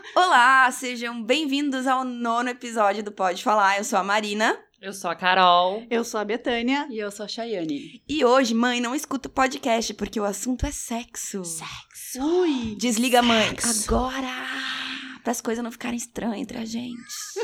Olá, sejam bem-vindos ao 9º episódio do Pode Falar. Eu sou a Marina. Eu sou a Carol. Eu sou a Betânia. E eu sou a Chayane. E hoje, mãe, não escuta o podcast, porque o assunto é sexo. Sexo. Ui. Desliga, mãe. Sexo. Agora! Para as coisas não ficarem estranhas entre a gente.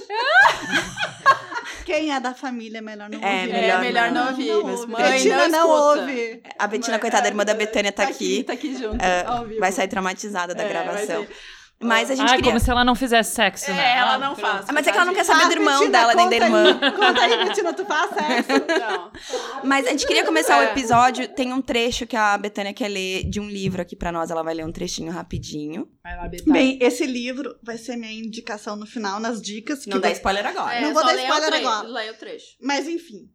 Quem é da família, melhor não ouvir. Melhor não ouvir. Mas mãe, Betina não escuta. ouve. A Betina, coitada, a irmã da Betânia, tá aqui. Tá aqui junto, ao vivo. Vai sair traumatizada da gravação. Vai ser. Mas a gente queria... como se ela não fizesse sexo, né? Ela não faz. Mas é que ela não quer saber do irmão Betina, dela, nem da conta irmã. aí. Conta aí, Betina, tu faz sexo? Não. Mas a gente queria começar o episódio. Tem um trecho que a Betânia quer ler de um livro aqui pra nós. Ela vai ler um trechinho rapidinho. Vai lá, Betânia. Bem, esse livro vai ser minha indicação no final, nas dicas. Não dá spoiler agora. Não vou dar spoiler agora. Leia o trecho. Mas, enfim,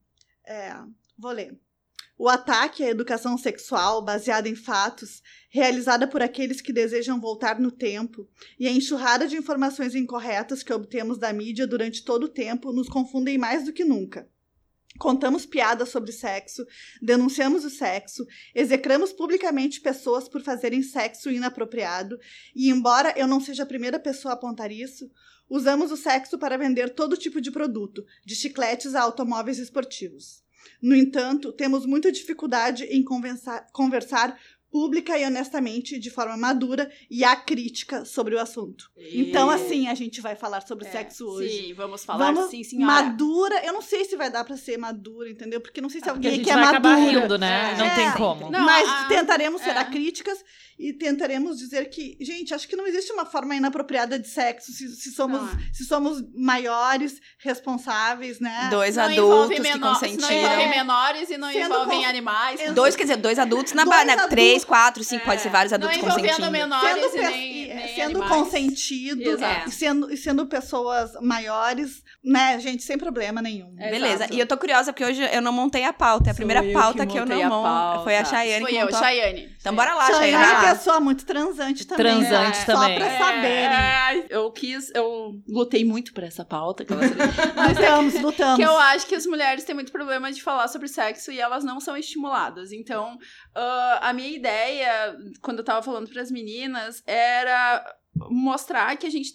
vou ler. O ataque à educação sexual, baseada em fatos, realizada por aqueles que desejam voltar no tempo, e a enxurrada de informações incorretas que obtemos da mídia durante todo o tempo nos confundem mais do que nunca. Contamos piadas sobre sexo, denunciamos o sexo, execramos publicamente pessoas por fazerem sexo inapropriado, e embora eu não seja a primeira pessoa a apontar isso, usamos o sexo para vender todo tipo de produto, de chicletes a automóveis esportivos. No entanto, temos muita dificuldade em conversar pública e honestamente, de forma madura e acrítica sobre o assunto. Então, assim, a gente vai falar sobre sexo hoje. Sim, vamos falar, sim, senhora. Madura, eu não sei se vai dar pra ser madura, entendeu? Porque não sei se alguém aqui é vai madura. acabar rindo, né? Não tem como. Não, mas tentaremos ser acríticas e tentaremos dizer que, gente, acho que não existe uma forma inapropriada de sexo se somos maiores, responsáveis, né? Dois não adultos que não consentiram. envolvem menores e não envolvem animais. Dois adultos na barra, né? 3, 4, 5, pode ser vários adultos não envolvendo consentindo. menores nem sendo animais. consentido e sendo pessoas maiores, né, gente, sem problema nenhum. Beleza, e eu tô curiosa porque hoje eu não montei a pauta. É a primeira pauta que eu não monto. Foi a Chayane que montou. Chayane. Então bora lá, Chayane. Chayane. É uma pessoa muito transante também. Transante também. Só pra saberem. Eu lutei muito por essa pauta. Lutamos. Que eu acho que as mulheres têm muito problema de falar sobre sexo e elas não são estimuladas. Então, a minha ideia, quando eu tava falando pras meninas, era mostrar que a gente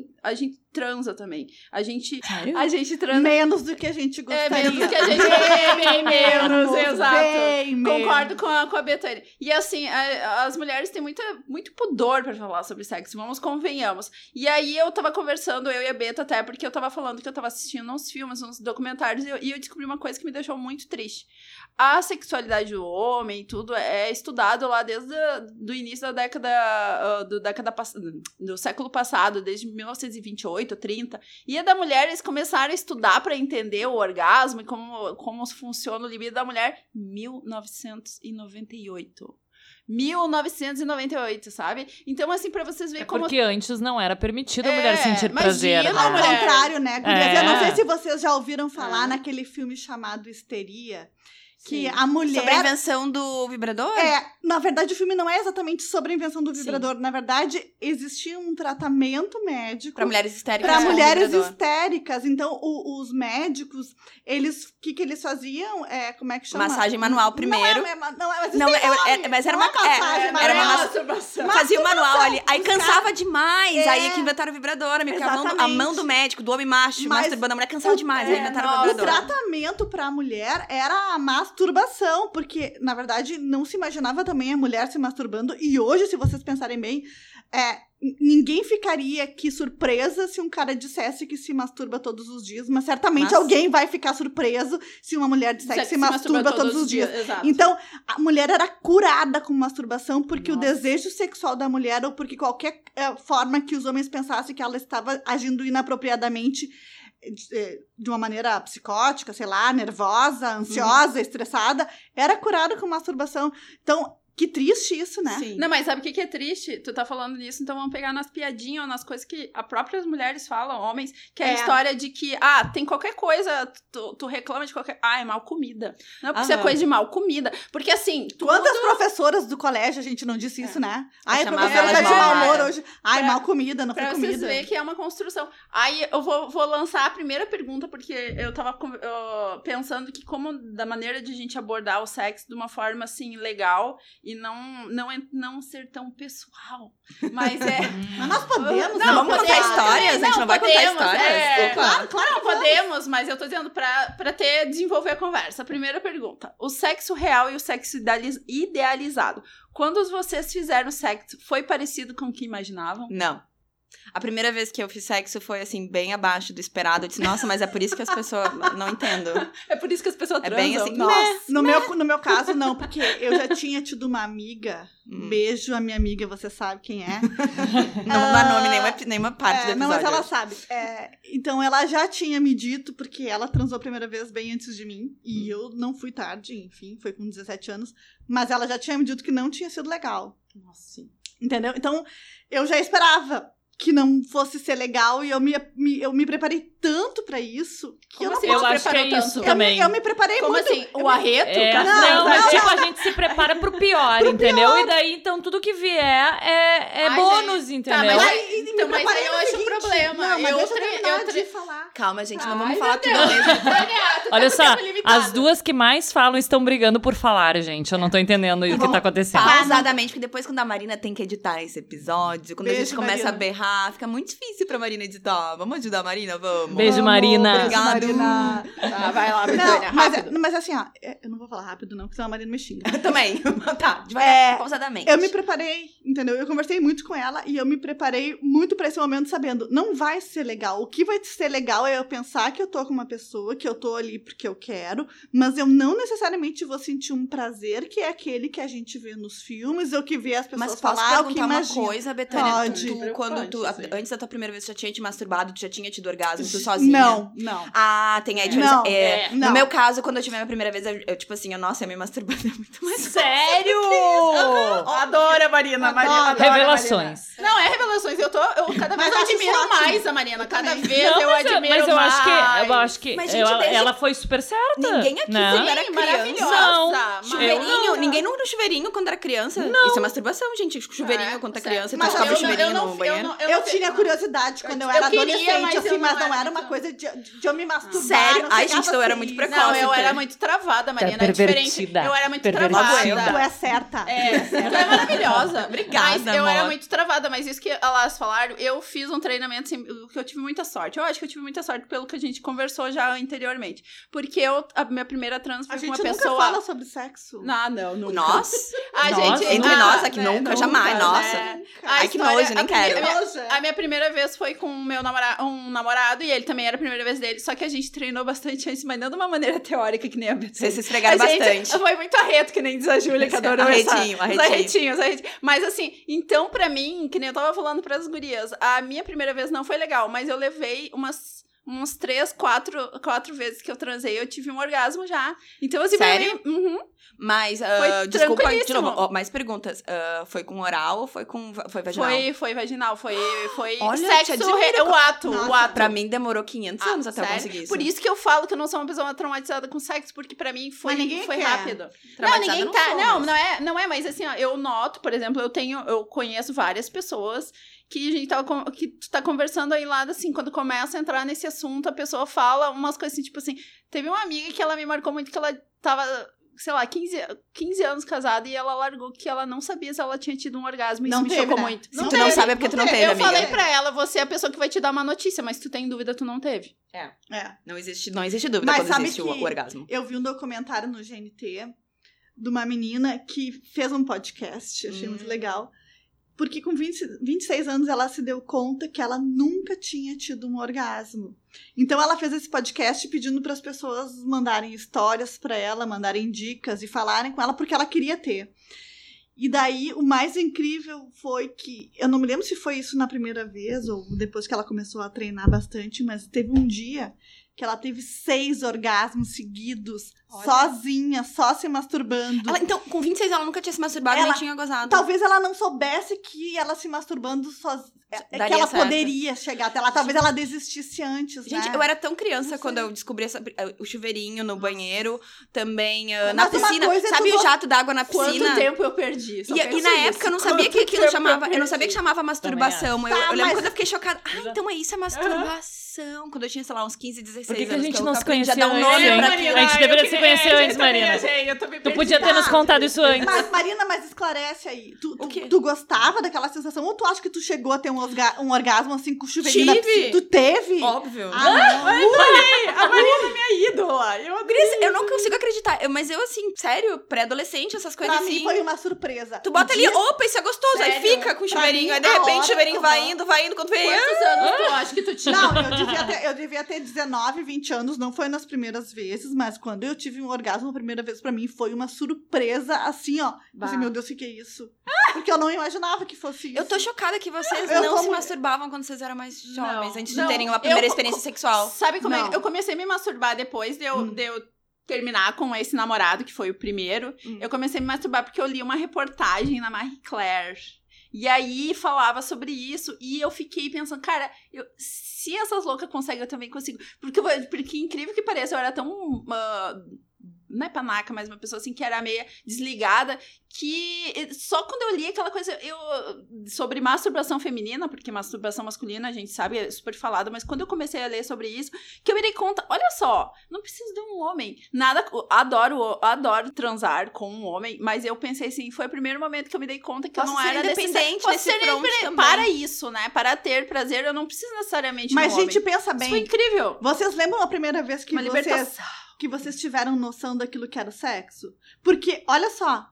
transa também. A gente transa. Menos do que a gente gostaria. Menos do que a gente bem menos, exato. Bem Concordo com a Betânia. E assim, as mulheres têm muito pudor pra falar sobre sexo, convenhamos. E aí eu tava conversando, eu e a Beta até, porque eu tava falando que eu tava assistindo uns filmes, uns documentários, e eu descobri uma coisa que me deixou muito triste. A sexualidade do homem e tudo é estudado lá desde o início da do século passado, desde 1928, 30. E a da mulher, eles começaram a estudar para entender o orgasmo e como funciona o libido da mulher em 1998. 1998, sabe? Então, assim, pra vocês verem como... Porque antes não era permitido a mulher sentir prazer. Ao contrário, né? Eu não sei se vocês já ouviram falar naquele filme chamado Histeria. Que a mulher... Sobre a invenção do vibrador? Na verdade, o filme não é exatamente sobre a invenção do vibrador. Sim. Na verdade, existia um tratamento médico... Para mulheres histéricas. Para mulheres histéricas. Então, os médicos, eles... O que eles faziam? Como é que chama? Massagem manual primeiro. Mas era uma masturbação. Fazia o manual ali. Aí cansava demais. Aí que inventaram o vibrador, amigo. A mão do médico, do homem macho, masturbando a mulher, cansava demais. Aí inventaram o vibrador. O tratamento pra mulher era a masturbação, porque, na verdade, não se imaginava também a mulher se masturbando, e hoje, se vocês pensarem bem, ninguém ficaria aqui surpresa se um cara dissesse que se masturba todos os dias, mas certamente alguém vai ficar surpreso se uma mulher disser que se masturba todos os dias. Exato. Então, a mulher era curada com masturbação porque o desejo sexual da mulher, ou porque qualquer forma que os homens pensassem que ela estava agindo inapropriadamente, de uma maneira psicótica, sei lá, nervosa, ansiosa, estressada, era curada com masturbação. Então, Que triste isso, né? Sim. Não, mas sabe o que é triste? Tu tá falando nisso, então vamos pegar nas piadinhas ou nas coisas que as próprias mulheres falam, homens, que é a história de que, tem qualquer coisa, tu reclama de qualquer... é mal comida. Não é porque isso é coisa de mal comida. Porque assim... Quantas professoras do colégio a gente não disse isso, né? A professora tá de mau humor hoje. Mal comida, não foi comida. Pra vocês verem que é uma construção. Aí eu vou lançar a primeira pergunta, porque eu tava pensando que como da maneira de a gente abordar o sexo de uma forma, assim, legal e não ser tão pessoal. Mas Mas nós podemos. Não, vamos contar histórias? A gente não vai contar histórias? Claro não podemos, mas eu tô dizendo pra desenvolver a conversa. A primeira pergunta. O sexo real e o sexo idealizado. Quando vocês fizeram sexo, foi parecido com o que imaginavam? Não. A primeira vez que eu fiz sexo foi, assim, bem abaixo do esperado. Eu disse, nossa, mas é por isso que as pessoas... Não entendo. É por isso que as pessoas transam. É bem assim, nossa. No meu caso, não. Porque eu já tinha tido uma amiga... Beijo, a minha amiga, você sabe quem é. Não dá nome, nenhuma parte do episódio. Não, mas ela sabe. Então, ela já tinha me dito, porque ela transou a primeira vez bem antes de mim. E eu não fui tarde, enfim, foi com 17 anos. Mas ela já tinha me dito que não tinha sido legal. Nossa, sim. Entendeu? Então, eu já esperava que não fosse ser legal e eu me preparei tanto pra isso que Como eu assim? não Eu acho que é isso também. Eu me preparei Como muito. assim? O arreto? Tipo, a gente se prepara pro pior, entendeu? E daí, então, tudo que vier é bônus, gente. entendeu? Tá, mas aí eu acho um problema. Não, mas deixa eu terminar de falar. Calma, gente, não vamos falar tudo mesmo. Olha só, as duas que mais falam estão brigando por falar, gente. Eu não tô entendendo o que tá acontecendo. Pausadamente, porque depois quando a Marina tem que editar esse episódio, quando a gente começa Marina. a berrar, fica muito difícil pra Marina editar. Vamos ajudar a Marina? Vamos. Beijo, Marina. Obrigado. Tá, vai lá, Betânia, rápido. Mas assim, ó, eu não vou falar rápido não, porque senão a Marina me xinga. Eu também. Tá, devagar, pausadamente. Eu me preparei, entendeu? Eu conversei muito com ela e eu me preparei muito pra esse momento sabendo, não vai ser legal. O que vai ser legal é eu pensar que eu tô com uma pessoa, que eu tô ali porque eu quero, mas eu não necessariamente vou sentir um prazer que é aquele que a gente vê nos filmes, ou que vê as pessoas Mas posso falar, o que perguntar uma imagina. coisa, Betânia? Pode. Antes da tua primeira vez, tu já tinha te masturbado, tu já tinha tido orgasmo, tu sozinha? Não. Ah, tem a diferença. Não, No não. meu caso, quando eu tive a minha primeira vez, eu tipo assim, nossa, eu me masturbando é muito mais Sério? Adoro a Marina. Adoro Revelações. A Marina. Não, é revelações. Eu cada vez Mas eu acho admiro ótimo. mais a Marina. Cada Também. vez Não, eu admiro mas eu mais. acho que Mas, gente, ela foi super certa. Ninguém aqui né? quando era Sim, criança. maravilhosa. Chuveirinho, ninguém no chuveirinho quando era criança. Não. Isso é masturbação, gente. Chuveirinho quando tá criança, tu Mas descobre o eu chuveirinho no banheiro. Eu tinha curiosidade quando eu era adolescente, assim, mas não era uma coisa de eu me masturbar. Sério? não Ai, chegava gente, eu era assim. muito precoce. Não, eu era muito travada, Marina. É diferente. pervertida. Eu era muito Pervertida. travada. Tu é certa. Tu é maravilhosa. Obrigada, Mas eu era amor. muito travada, mas isso que elas falaram, eu fiz um treinamento assim, que eu tive muita sorte. Eu acho que eu tive muita sorte pelo que a gente conversou já anteriormente. Porque a minha primeira trans foi A com uma gente nunca pessoa... fala sobre sexo. Não, nunca. Nós? Nossa, entre nós aqui, nunca, jamais, nossa. Né? Ai, que nojo, nem quero. A minha primeira vez foi com um namorado, e ele também era a primeira vez dele, só que a gente treinou bastante antes, mas não de uma maneira teórica, que nem a Betânia. Vocês se esfregaram bastante. Foi muito arreto, que nem diz a Júlia, que adorou Arretinho. os arretinhos. Mas assim, então pra mim, que nem eu tava falando pras gurias, a minha primeira vez não foi legal, mas eu levei umas 3, 4 vezes que eu transei, eu tive um orgasmo já. Então, assim, Sério? pra mim... Mas, Foi desculpa, de tranquilíssimo. novo, mais perguntas. Foi com oral ou foi vaginal? Foi vaginal, foi Olha, sexo, te admiro. o ato. Pra mim demorou 500 anos até eu sério? conseguir isso. Por isso que eu falo que eu não sou uma pessoa traumatizada com sexo, porque pra mim foi quer. rápido. Não, Traumatizada ninguém não tá. sou, Não é, mas assim, ó, eu noto, por exemplo, eu conheço várias pessoas que a gente que tu tá conversando aí lá, assim, quando começa a entrar nesse assunto, a pessoa fala umas coisas assim, tipo assim, teve uma amiga que ela me marcou muito, que ela tava, sei lá, 15 anos casada, e ela largou que ela não sabia se ela tinha tido um orgasmo, e isso me chocou muito. Se tu não sabe é porque tu não teve, Eu amiga. falei pra ela, você é a pessoa que vai te dar uma notícia, mas se tu tem dúvida, tu não teve. Não existe dúvida Mas quando sabe existe o que orgasmo. Eu vi um documentário no GNT de uma menina que fez um podcast, achei muito legal. Porque com 26 anos ela se deu conta que ela nunca tinha tido um orgasmo. Então ela fez esse podcast pedindo para as pessoas mandarem histórias para ela, mandarem dicas e falarem com ela porque ela queria ter. E daí o mais incrível foi que, eu não me lembro se foi isso na primeira vez ou depois que ela começou a treinar bastante, mas teve um dia que ela teve 6 orgasmos seguidos, sozinha, só se masturbando. Então, com 26 ela nunca tinha se masturbado e nem tinha gozado. Talvez ela não soubesse que ela se masturbando sozinha, que ela certo. poderia chegar até lá. Talvez ela desistisse antes, Gente, né? eu era tão criança quando eu descobri o chuveirinho no banheiro, também na Mas uma piscina. coisa é Sabe tu o jato d'água na piscina? Quanto tempo eu perdi? E na época eu não sabia que aquilo chamava. Eu não sabia que chamava masturbação. Tá, Eu lembro mas- quando eu fiquei chocada. Então é isso, é masturbação. decepção. Quando eu tinha, sei lá, uns 15, 16 Por que anos. a gente que não eu se aprendi a conheceu dar um nome antes, pra hein? aquilo. A gente deveria se conhecer antes, Marina. Tu podia ter nos contado isso antes. Mas, Marina, mas esclarece aí. O quê? Tu gostava daquela sensação? Ou tu acha que tu chegou a ter um orgasmo assim com o chuveirinho na Tive. piscina? Tu teve? Óbvio. Ah, não. A Marina é minha ídola. Eu não consigo acreditar. Mas eu, assim, sério, pré-adolescente, essas coisas Pra assim. mim foi uma surpresa. Tu bota ali, opa, isso é gostoso. Sério? Aí fica com o Pra chuveirinho. mim, Aí, de a repente, hora o chuveirinho que vai indo. Quando vem... Quantos anos tu acha que tu tinha? Não, eu devia ter 19, 20 anos, não foi nas primeiras vezes, mas quando eu tive um orgasmo a primeira vez, pra mim foi uma surpresa, assim, ó. Assim, meu Deus, o que é isso? Porque eu não imaginava que fosse isso. Eu tô chocada que vocês Eu não como- se masturbavam quando vocês eram mais jovens, antes de não. terem uma primeira Eu- experiência sexual. Sabe como Não. é? Eu comecei a me masturbar depois de eu terminar com esse namorado, que foi o primeiro. Eu comecei a me masturbar porque eu li uma reportagem na Marie Claire. E aí falava sobre isso. E eu fiquei pensando, cara, se essas loucas conseguem, eu também consigo. Porque incrível que pareça, eu era tão... não é panaca, mas uma pessoa assim que era meio desligada, que só quando eu li aquela coisa sobre masturbação feminina, porque masturbação masculina a gente sabe, é super falado, mas quando eu comecei a ler sobre isso, que eu me dei conta, olha só, não preciso de um homem, adoro transar com um homem, mas eu pensei assim, foi o primeiro momento que eu me dei conta que Posso eu não ser era independente Posso nesse ser front independente. também. Para isso, né, para ter prazer, eu não preciso necessariamente Mas, de um gente, homem. pensa Isso foi bem. incrível. Vocês lembram a primeira vez que Uma libertação. vocês tiveram noção daquilo que era o sexo? Porque, olha só,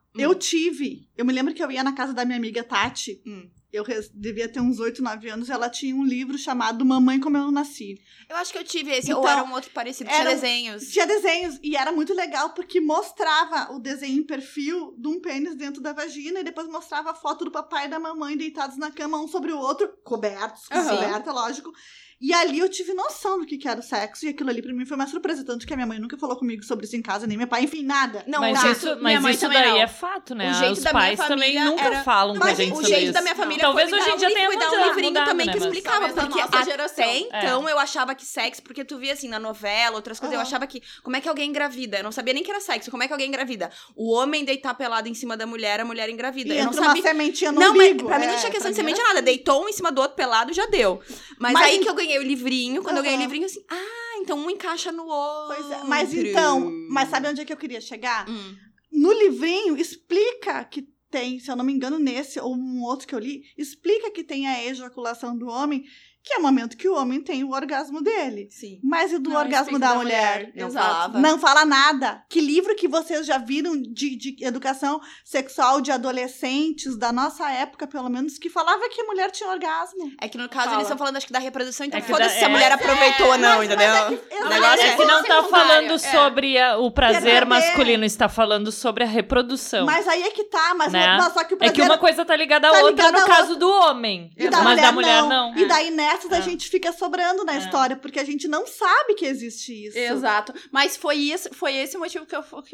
eu me lembro que eu ia na casa da minha amiga Tati, eu devia ter uns 8, 9 anos, ela tinha um livro chamado Mamãe Como Eu Nasci. Eu acho que eu tive esse, Então, ou era um outro parecido, tinha desenhos. Tinha desenhos, e era muito legal, porque mostrava o desenho em perfil de um pênis dentro da vagina, e depois mostrava a foto do papai e da mamãe deitados na cama, um sobre o outro, cobertos, coberta, lógico. E ali eu tive noção do que era o sexo, e aquilo ali pra mim foi uma surpresa, tanto que a minha mãe nunca falou comigo sobre isso em casa, nem meu pai, enfim, nada. Não, Mas nada. isso, minha mãe isso também daí não. é fato, né? O jeito Os da minha pais também família nunca era- falam com a Mas gente O sobre jeito isso. da minha família Talvez foi hoje em dia tenha me dar um mudado, livrinho também né? que Mas explicava, talvez da porque nossa até geração. então eu achava que sexo, porque tu via assim na novela, outras coisas, eu achava que, como é que alguém engravida? Eu não sabia nem que era sexo, como é que alguém engravida? O homem deitar pelado em cima da mulher, a mulher engravida. E Eu não entra sabia. uma sementinha no Não, mas umbigo. pra mim não tinha questão de pra mim semente era nada. assim. Deitou um em cima do outro pelado, já deu. Mas Mas aí em- que eu ganhei o livrinho, quando eu ganhei o Aham. livrinho, assim, então um encaixa no outro. Pois é, mas então, mas sabe onde é que eu queria chegar? Hum. No livrinho, explica que tem, se eu não me engano, nesse ou um outro que eu li, explica que tem a ejaculação do homem, que é o momento que o homem tem o orgasmo dele. Sim. Mas e do Não, orgasmo explica da mulher? Não Exato. falava. Não fala nada. Que livro que vocês já viram de educação sexual de adolescentes da nossa época, pelo menos, que falava que a mulher tinha orgasmo? É que no caso Fala. eles estão falando, acho que da reprodução, então É que foda-se dá- se a mulher aproveitou ou não, entendeu? O negócio É que não tá secundária, falando é. sobre o prazer Perder. masculino, está falando sobre a reprodução. Mas aí é que tá, mas, Né? mas só que o É prazer... que uma coisa tá ligada à Tá outra ligada no à caso do homem, E mas da mulher não. E daí nessas a É. gente fica sobrando na história, porque a gente não sabe que existe isso. Exato. Mas foi esse o motivo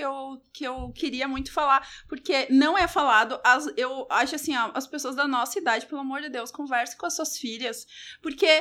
que eu queria muito falar. Porque não é falado. Eu acho assim, ó, as pessoas da nossa idade, pelo amor de Deus, conversem com as suas filhas. Porque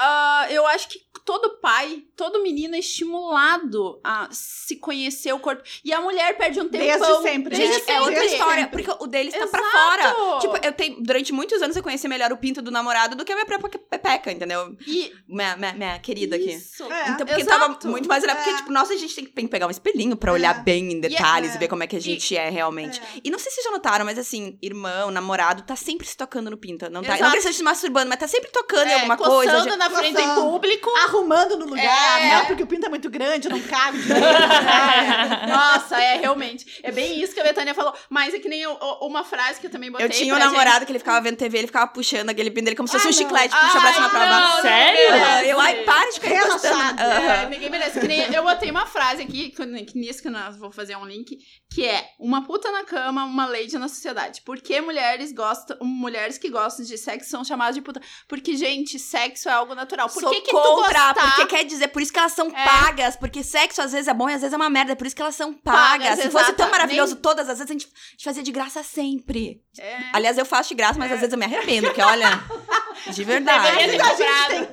eu acho que todo pai, todo menino é estimulado a se conhecer o corpo. E a mulher perde um tempão. Desde sempre. Gente, Desde é outra sempre. história, porque o deles tá pra Exato. fora. Tipo, durante muitos anos eu conheci melhor o pinto do namorado do que a minha própria pepeca, entendeu? E Minha querida aqui. isso. É. Então, porque Exato. tava muito mais olhar, porque, É. tipo, nossa, a gente tem que pegar um espelhinho pra olhar bem em detalhes é. e ver como é que a gente é realmente. E não sei se vocês já notaram, mas assim, irmão, namorado, tá sempre se tocando no pinto. Não tá, Exato. não que ele esteja se masturbando, mas tá sempre tocando em alguma coçando coisa. na frente em Coçando. público. Arrumando no lugar, É. né? Porque o pinto é muito grande, não cabe. Nossa, realmente. É bem isso que a Betânia falou. Mas é que nem uma frase que eu também botei Eu tinha um pra namorado que ele ficava vendo TV, ele ficava puxando aquele pinto dele como se fosse um não. chiclete, puxa pra cima pra baixo. Sério? Eu, ai, para de ficar Relaxado. encostando. É, ninguém merece. Que nem eu botei uma frase aqui, que nisso que nós vou fazer um link, que é: uma puta na cama, uma lady na sociedade. Por que mulheres que gostam de sexo são chamadas de puta? Porque, gente, sexo é algo natural. Por Sou que tu contra, gostar... porque quer dizer, por isso que elas são pagas, porque sexo às vezes é bom e às vezes é uma merda, é por isso que elas são pagas. Se fosse tão maravilhoso todas as vezes, a gente fazia de graça sempre. É. Aliás, eu faço de graça, mas às vezes eu me arrependo, porque olha, de verdade. Deveria ter A gente comprado. tem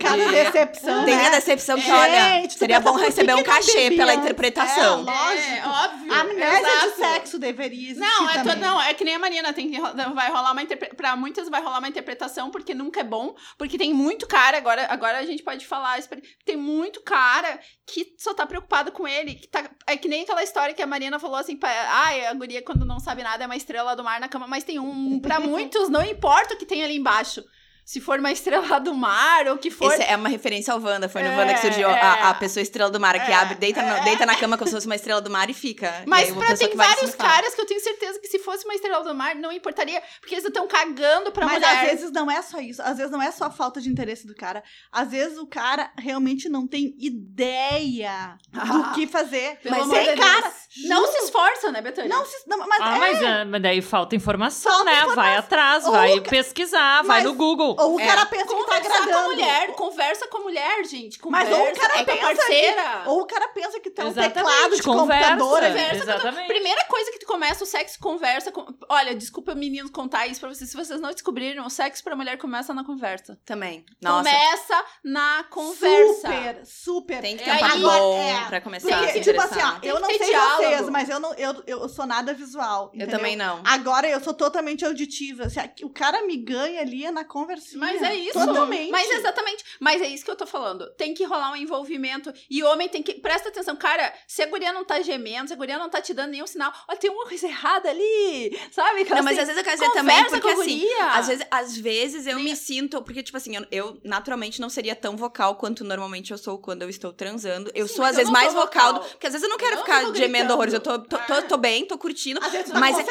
cada decepção, Tem né? a decepção que, olha, seria bom receber um cachê pela interpretação. Lógico. Óbvio. A amnésia de exato. sexo deveria existir Não, também. é que nem a Marina, vai rolar uma pra muitas vai rolar uma interpretação, porque nunca é bom, porque tem muito cara, agora a gente pode falar, tem muito cara que só tá preocupado com ele, que é que nem aquela história que a Marina falou assim, a guria quando não sabe nada é uma estrela do mar na cama, mas tem pra muitos, não importa o que tem ali embaixo. Se for uma estrela do mar, ou que for... Esse é uma referência ao Wanda. Foi no Wanda que surgiu a pessoa estrela do mar, que abre, deita na cama como se fosse uma estrela do mar e fica. Mas e tem vários caras que eu tenho certeza que se fosse uma estrela do mar, não importaria, porque eles estão cagando pra mulher. Mas às vezes não é só isso. Às vezes não é só a falta de interesse do cara. Às vezes o cara realmente não tem ideia do que fazer. Mas tem cara... Não se esforça, né, Betânia? Mas daí falta informação, né? Vai atrás, vai pesquisar, vai no Google. Ou o cara pensa que tá agradando. Conversa com a mulher, gente. Mas ou o cara pensa parceira. Ou o cara pensa que tem um Exatamente, teclado de computador. Exatamente. Primeira coisa que tu começa o sexo, conversa com... Olha, desculpa, meninos, contar isso pra vocês. Se vocês não descobriram, o sexo pra mulher começa na conversa. Também. Nossa. Começa na conversa. Super. Tem que ter um papo bom pra começar a se tipo assim, ó, interessar. eu não sei vocês, mas eu sou nada visual. Eu também não. Agora eu sou totalmente auditiva. Assim, o cara me ganha ali na conversinha. Mas é isso. Totalmente. Mas exatamente. Mas é isso que eu tô falando. Tem que rolar um envolvimento. E homem tem que... Presta atenção, cara. Se a guria não tá gemendo, se a guria não tá te dando nenhum sinal, ó, tem uma coisa errada ali. Sabe? Não, mas às vezes eu quero dizer também, porque assim, às vezes eu me sinto... Porque, tipo assim, eu naturalmente não seria tão vocal quanto normalmente eu sou quando eu estou transando. Eu sou, às vezes, mais vocal. Porque às vezes eu não quero ficar gemendo horrores. Eu tô bem, tô curtindo. Às vezes mas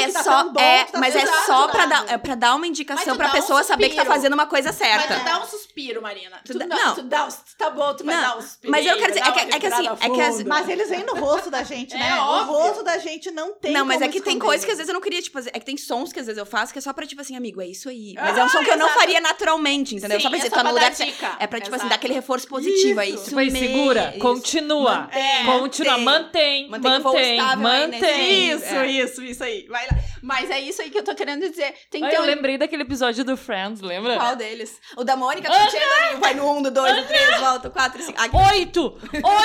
é só pra dar uma indicação pra pessoa saber que tá fazendo uma coisa certa. Mas tu dá um suspiro, Marina. Tá bom, tu vai dar um suspiro. Mas eu quero dizer, Mas eles vêm no rosto da gente, né? Óbvio. O rosto da gente não tem. Não, mas como é que tem esconder. coisas que às vezes eu não queria, tipo, é que tem sons que às vezes eu faço que é só pra, tipo assim, amigo, é isso aí. Mas é um som que eu não faria naturalmente, entendeu? Sim, só pra dizer, tá no lugar que é pra, tipo assim, dar aquele reforço positivo. É isso Tipo aí, segura, continua. Continua, mantém. Isso aí. Vai lá. Mas é isso aí que eu tô querendo dizer. Tem que ter eu lembrei daquele episódio do Friends, lembra? Qual deles? O da Mônica, que chega, vai no 1, no 2, no 3, volta, 4, 5. 8!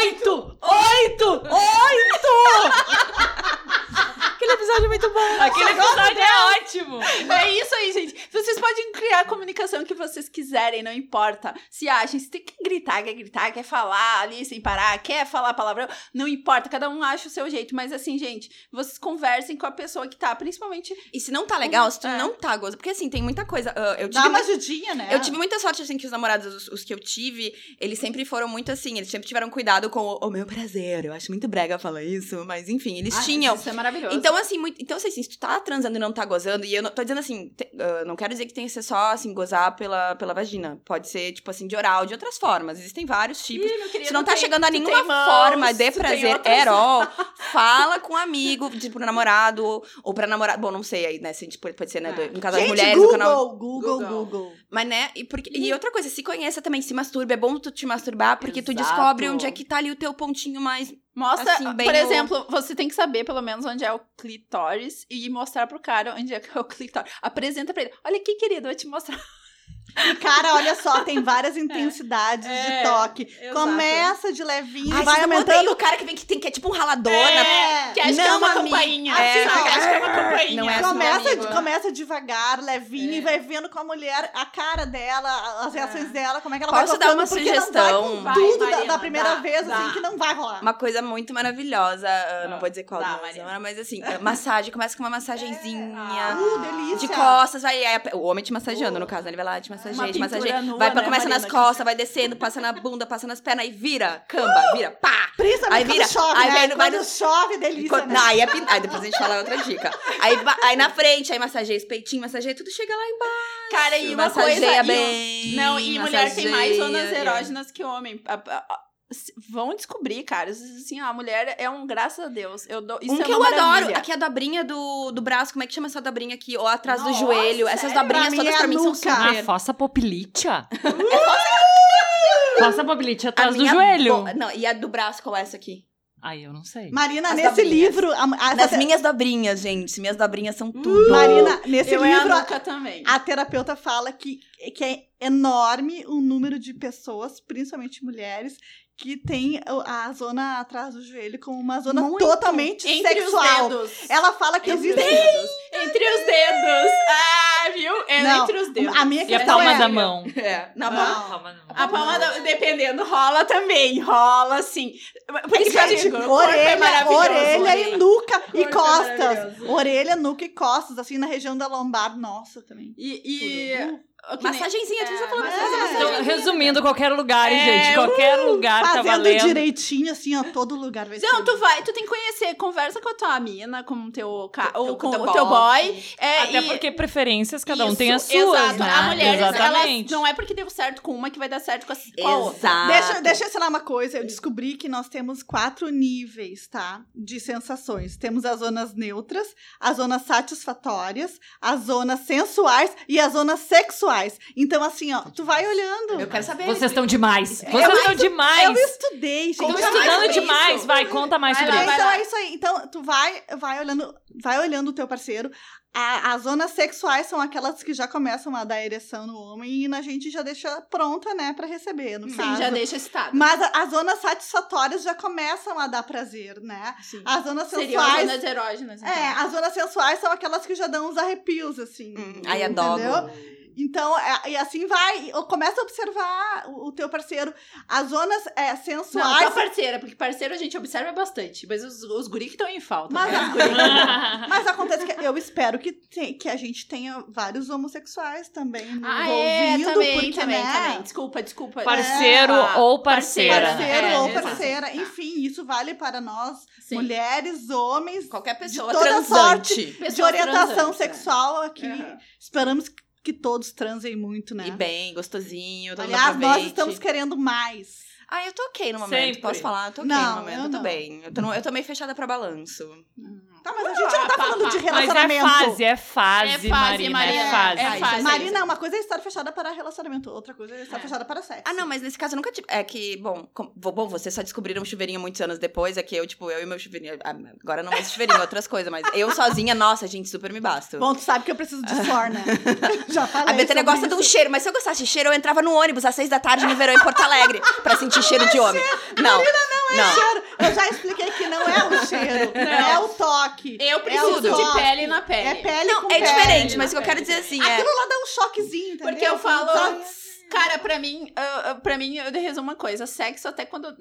Aquele episódio é muito bom. Aquele episódio é ótimo. É isso aí, gente. Vocês podem criar a comunicação que vocês quiserem, não importa. Se achem, se tem que gritar, quer falar ali sem parar, quer falar palavrão, não importa, cada um acha o seu jeito. Mas assim, gente, vocês conversem com a pessoa que tá, principalmente... E se não tá legal, se tu não tá gostando... Porque assim, tem muita coisa... Dá uma ajudinha, né? Eu tive muita sorte, assim, que os namorados, os que eu tive, eles sempre foram muito assim, eles sempre tiveram cuidado com o meu prazer. Eu acho muito brega falar isso, mas enfim, eles tinham. Isso é maravilhoso. Então, assim, se tu tá transando e não tá gozando, e eu não, tô dizendo assim, não quero dizer que tem que ser só, assim, gozar pela vagina. Pode ser, tipo assim, de oral, de outras formas. Existem vários tipos. Se não tá chegando a nenhuma forma de prazer erol, fala com um amigo, tipo, pro namorado, ou pra namorado. Bom, não sei aí, né, se a gente pode ser, né, no caso das mulheres. Google. Mas, né, e outra coisa, se conheça também, se masturba. É bom tu te masturbar, porque tu descobre onde é que tá ali o teu pontinho mais... Mostra, assim, bem por exemplo, você tem que saber pelo menos onde é o clitóris e mostrar pro cara onde é que é o clitóris. Apresenta pra ele. Olha aqui, querido, eu vou te mostrar. E, cara, olha só, tem várias intensidades de toque. Exato. Começa de levinho, Ai, vai aumentando. O cara que vem que é tipo um ralador, Que acha que é uma campainha. Acho que é uma campainha. Não é assim, começa devagar, levinho, e vai vendo com a mulher a cara dela, as reações dela, como é que ela Posso vai dar uma gostando, porque sugestão? não vai com tudo Marina, da primeira vez, dá. assim, que não vai rolar. Uma coisa muito maravilhosa, não vou dizer qual mas assim, massagem, começa com uma massagenzinha. Delícia. De costas, vai o homem te massageando, no caso, ele vai lá, te massageia, vai, começa nas costas, vai descendo, passa na bunda, passa nas pernas, e vira, vira, pá! Principalmente aí vira, quando chove, aí né? vai Quando chove, delícia, né? Não, aí depois a gente fala outra dica. Aí na frente, aí massageia os peitinhos, massageia, tudo chega lá embaixo. Cara, e uma massageia coisa... bem, Não, e mulher tem mais zonas massageia. erógenas que homem. Vão descobrir, cara. Assim, a mulher é graças a Deus. Isso que é eu uma adoro, maravilha. aqui é a dobrinha do braço, como é que chama essa dobrinha aqui? Ou atrás do Nossa, joelho. Essas sério? dobrinhas todas pra mim são super. Fossa popilitia? Fossa popilitia atrás do minha joelho. Não, e a do braço, qual é essa aqui? Ai, eu não sei. Marina, As nesse dobrinhas. livro... Nas minhas dobrinhas, gente. Minhas dobrinhas são tudo. Marina, nesse Eu livro... a Nuca também. A terapeuta fala que é enorme o número de pessoas, principalmente mulheres, que tem a zona atrás do joelho como uma zona totalmente entre sexual. os dedos. Ela fala que existe... Entre os dedos. Ah, viu? Não, entre os dedos. a minha E a questão palma é... da mão. Na mão. A palma da... Dependendo, rola também. Rola, assim. Por isso que eu digo, corpo é Orelha maravilhoso. e nuca e Corpo é costas. maravilhoso. Orelha, nuca e costas, assim, na região da lombar. Nossa, também. Massagenzinha, tu já falou Então, resumindo, qualquer lugar, hein, gente? Qualquer lugar tá Fazendo valendo. direitinho, assim, ó, todo lugar vai ser. Não, tu tem que conhecer, conversa com a tua mina, com o teu com teu o teu boy. Até porque preferências, cada um tem as Isso, suas, exato. né? A mulher, Exatamente. não é porque deu certo com uma que vai dar certo com a outra. Exato. Deixa eu ensinar uma coisa. Eu descobri que nós temos 4 níveis, tá? De sensações. Temos as zonas neutras, as zonas satisfatórias, as zonas sensuais e as zonas sexuais. Então, assim, ó, tu vai olhando. Eu quero saber. Vocês estão demais. Vocês estão demais. Eu estudei, gente. Estão Conta mais estudando sobre demais. isso. Vai, conta mais sobre isso. Então é isso aí. Então, tu vai olhando o teu parceiro. As zonas sexuais são aquelas que já começam a dar ereção no homem e a gente já deixa pronta, né, pra receber, no Sim, caso. já deixa excitado. Mas as zonas satisfatórias já começam a dar prazer, né? Sim. As zonas Seriam sensuais... zonas erógenas. Então. as zonas sensuais são aquelas que já dão uns arrepios, assim. Ai, adoro. Entendeu? Então, e assim vai. Começa a observar o teu parceiro. As zonas Não, sensuais... tua parceira, porque parceiro a gente observa bastante, mas os guri que estão em falta. Mas, né? mas acontece que eu espero que a gente tenha vários homossexuais também Também, porque, também, né? também. Desculpa. Parceiro ou parceira. Parceiro ou exato. parceira. Enfim, isso vale para nós, Sim. mulheres, homens, Qualquer pessoa toda transante. sorte de Pessoas orientação transantes, sexual aqui. Uhum. Esperamos que todos transem muito, né? E bem, gostosinho, todo mundo Aliás, nós aproveite. estamos querendo mais. Ah, eu tô ok no momento, Sempre. posso falar? Eu tô ok Não, no momento, eu eu tô não. bem. Eu tô meio fechada pra balanço. Tá, mas a gente não tá falando de Mas relacionamento. é fase, Marina. É fase. É fase. Marina, uma coisa é estar fechada para relacionamento, outra coisa é estar fechada para sexo. Ah, não, mas nesse caso eu nunca tive. É que, bom, vocês só descobriram o chuveirinho muitos anos depois. É que eu e meu chuveirinho. Agora não mais chuveirinho, outras coisas, mas eu sozinha, nossa, gente, super me basto. Bom, tu sabe que eu preciso de suor, né? Já falei. A Betânia sobre gosta de um isso. cheiro, mas se eu gostasse de cheiro, eu entrava no ônibus às 6 da tarde no verão em Porto Alegre pra sentir cheiro de homem. Não, não. Cheiro. Eu já expliquei que não é o cheiro, é o toque. Eu preciso o de toque. pele na pele. É pele Não, com é pele. diferente, mas o que eu quero dizer assim é. Aquilo lá dá um choquezinho, entendeu? Porque eu falo, Sabe? cara, pra mim, eu resumo uma coisa, sexo até quando,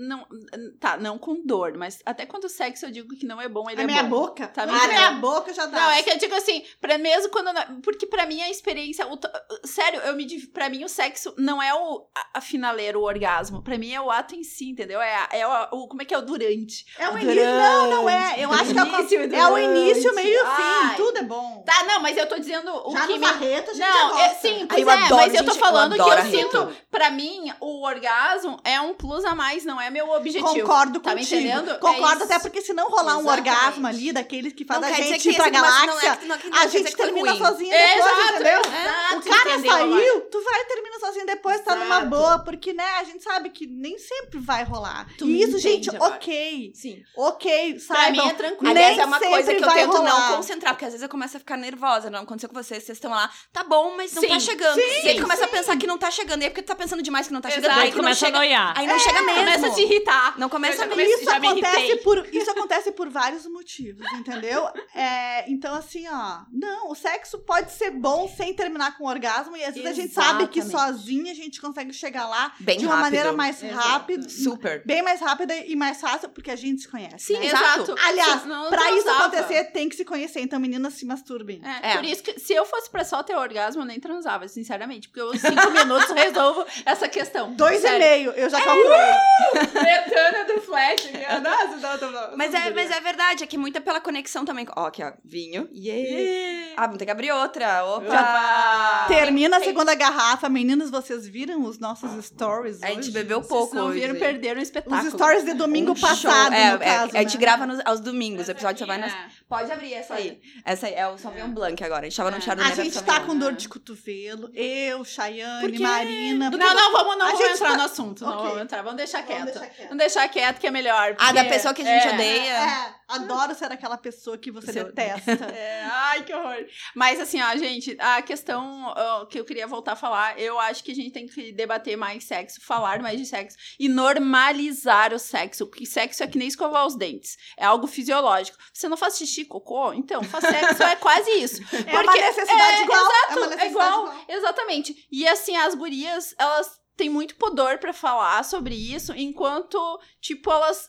não com dor, mas até quando o sexo eu digo que não é bom, ele A é minha bom. boca? Tá me a minha entendendo? boca já dá. Não, é que eu digo assim, mesmo quando, porque pra mim a experiência, sério, pra mim o sexo não é a finaleira, o orgasmo, pra mim é o ato em si, entendeu? Como é que é o durante? É o início, não é. Eu acho que é o início, meio e o fim, Ai. tudo é bom. Tá, não, mas eu tô dizendo o Já que no me... Barreto a gente já Não, gosta. sim, Ai, pois eu adoro, mas eu tô gente, falando eu que eu adoro sinto, Barreto. pra mim, o orgasmo é um plus a mais, não é meu objetivo. Concordo tá contigo. me entendendo? Concordo, É até isso. porque se não rolar um Exatamente. orgasmo ali, daqueles que faz Não a quer dizer gente ir que pra esse negócio galáxia, não a quer dizer gente que tá termina ruim. sozinha depois, Exato, entendeu? exato, O cara entendeu, saiu, tu vai e termina sozinho depois, tá numa Exato. boa, porque, né, a gente sabe que nem sempre vai rolar. Tu e me isso, gente, entende agora. ok. Sim. Ok, Pra saibam. mim é tranquilo. Aliás, Nem é uma coisa sempre que eu vai tento rolar. não concentrar, porque às vezes eu começo a ficar nervosa. Não aconteceu com vocês estão lá, tá bom, mas não Sim, tá chegando. sim, e aí tu começa a pensar que não tá chegando, e aí porque tu tá pensando demais que não tá chegando, Exato. aí Aí que não começa a chega. noiar. Aí não chega mesmo. Começa a te irritar. Não começa Eu já mesmo. comecei- Isso acontece por vários motivos, entendeu? Então, assim, ó, não, o sexo pode ser bom sem terminar com orgasmo, e às vezes a gente sabe que Exatamente. sozinha a gente consegue chegar lá Bem de uma rápido. maneira mais Exato. rápida, Super. bem mais rápida e mais fácil, porque a gente se conhece. Sim, né? exato. Aliás, Sim, não pra isso transava. acontecer, tem que se conhecer, então meninas se masturbem. É. Por isso que se eu fosse pra só ter orgasmo, eu nem transava, sinceramente. Porque eu 5 minutos resolvo essa questão. 2,5, eu já calculei. Betânia do Flash. Nossa, não. Mas é verdade, é que muita pela conexão também. Ó, aqui, ó, vinho. Yeah. Ah, vamos ter que abrir outra. Opa! Termina a segunda garrafa. Meninas, vocês viram os nossos stories A gente hoje? bebeu Vocês pouco não hoje. viram, perderam o espetáculo. Os stories de domingo Um show. passado, no caso, a gente né? grava aos domingos, o episódio só vai nas... É. Pode abrir essa aí. Essa aí é o Sauvignon Blanc agora. A gente tava no Chardonnay A da gente tá Sauvignon. com dor de cotovelo. Eu, Por Chayane, quê? Marina. Não vamos entrar no assunto. Não vamos entrar. Vamos deixar quieto. Vamos deixar quieto que é melhor. Porque... da pessoa que a gente odeia. Adoro ser aquela pessoa que você detesta. Ai, que horror. Mas assim, ó, gente, a questão que eu queria voltar a falar, eu acho que a gente tem que debater mais sexo, falar mais de sexo e normalizar o sexo, porque sexo é que nem escovar os dentes. É algo fisiológico. Você não faz xixi, cocô? Então, faz sexo é quase isso. É uma necessidade igual. Exato, é igual. Exatamente. E assim, as gurias, elas têm muito pudor pra falar sobre isso, enquanto, tipo, elas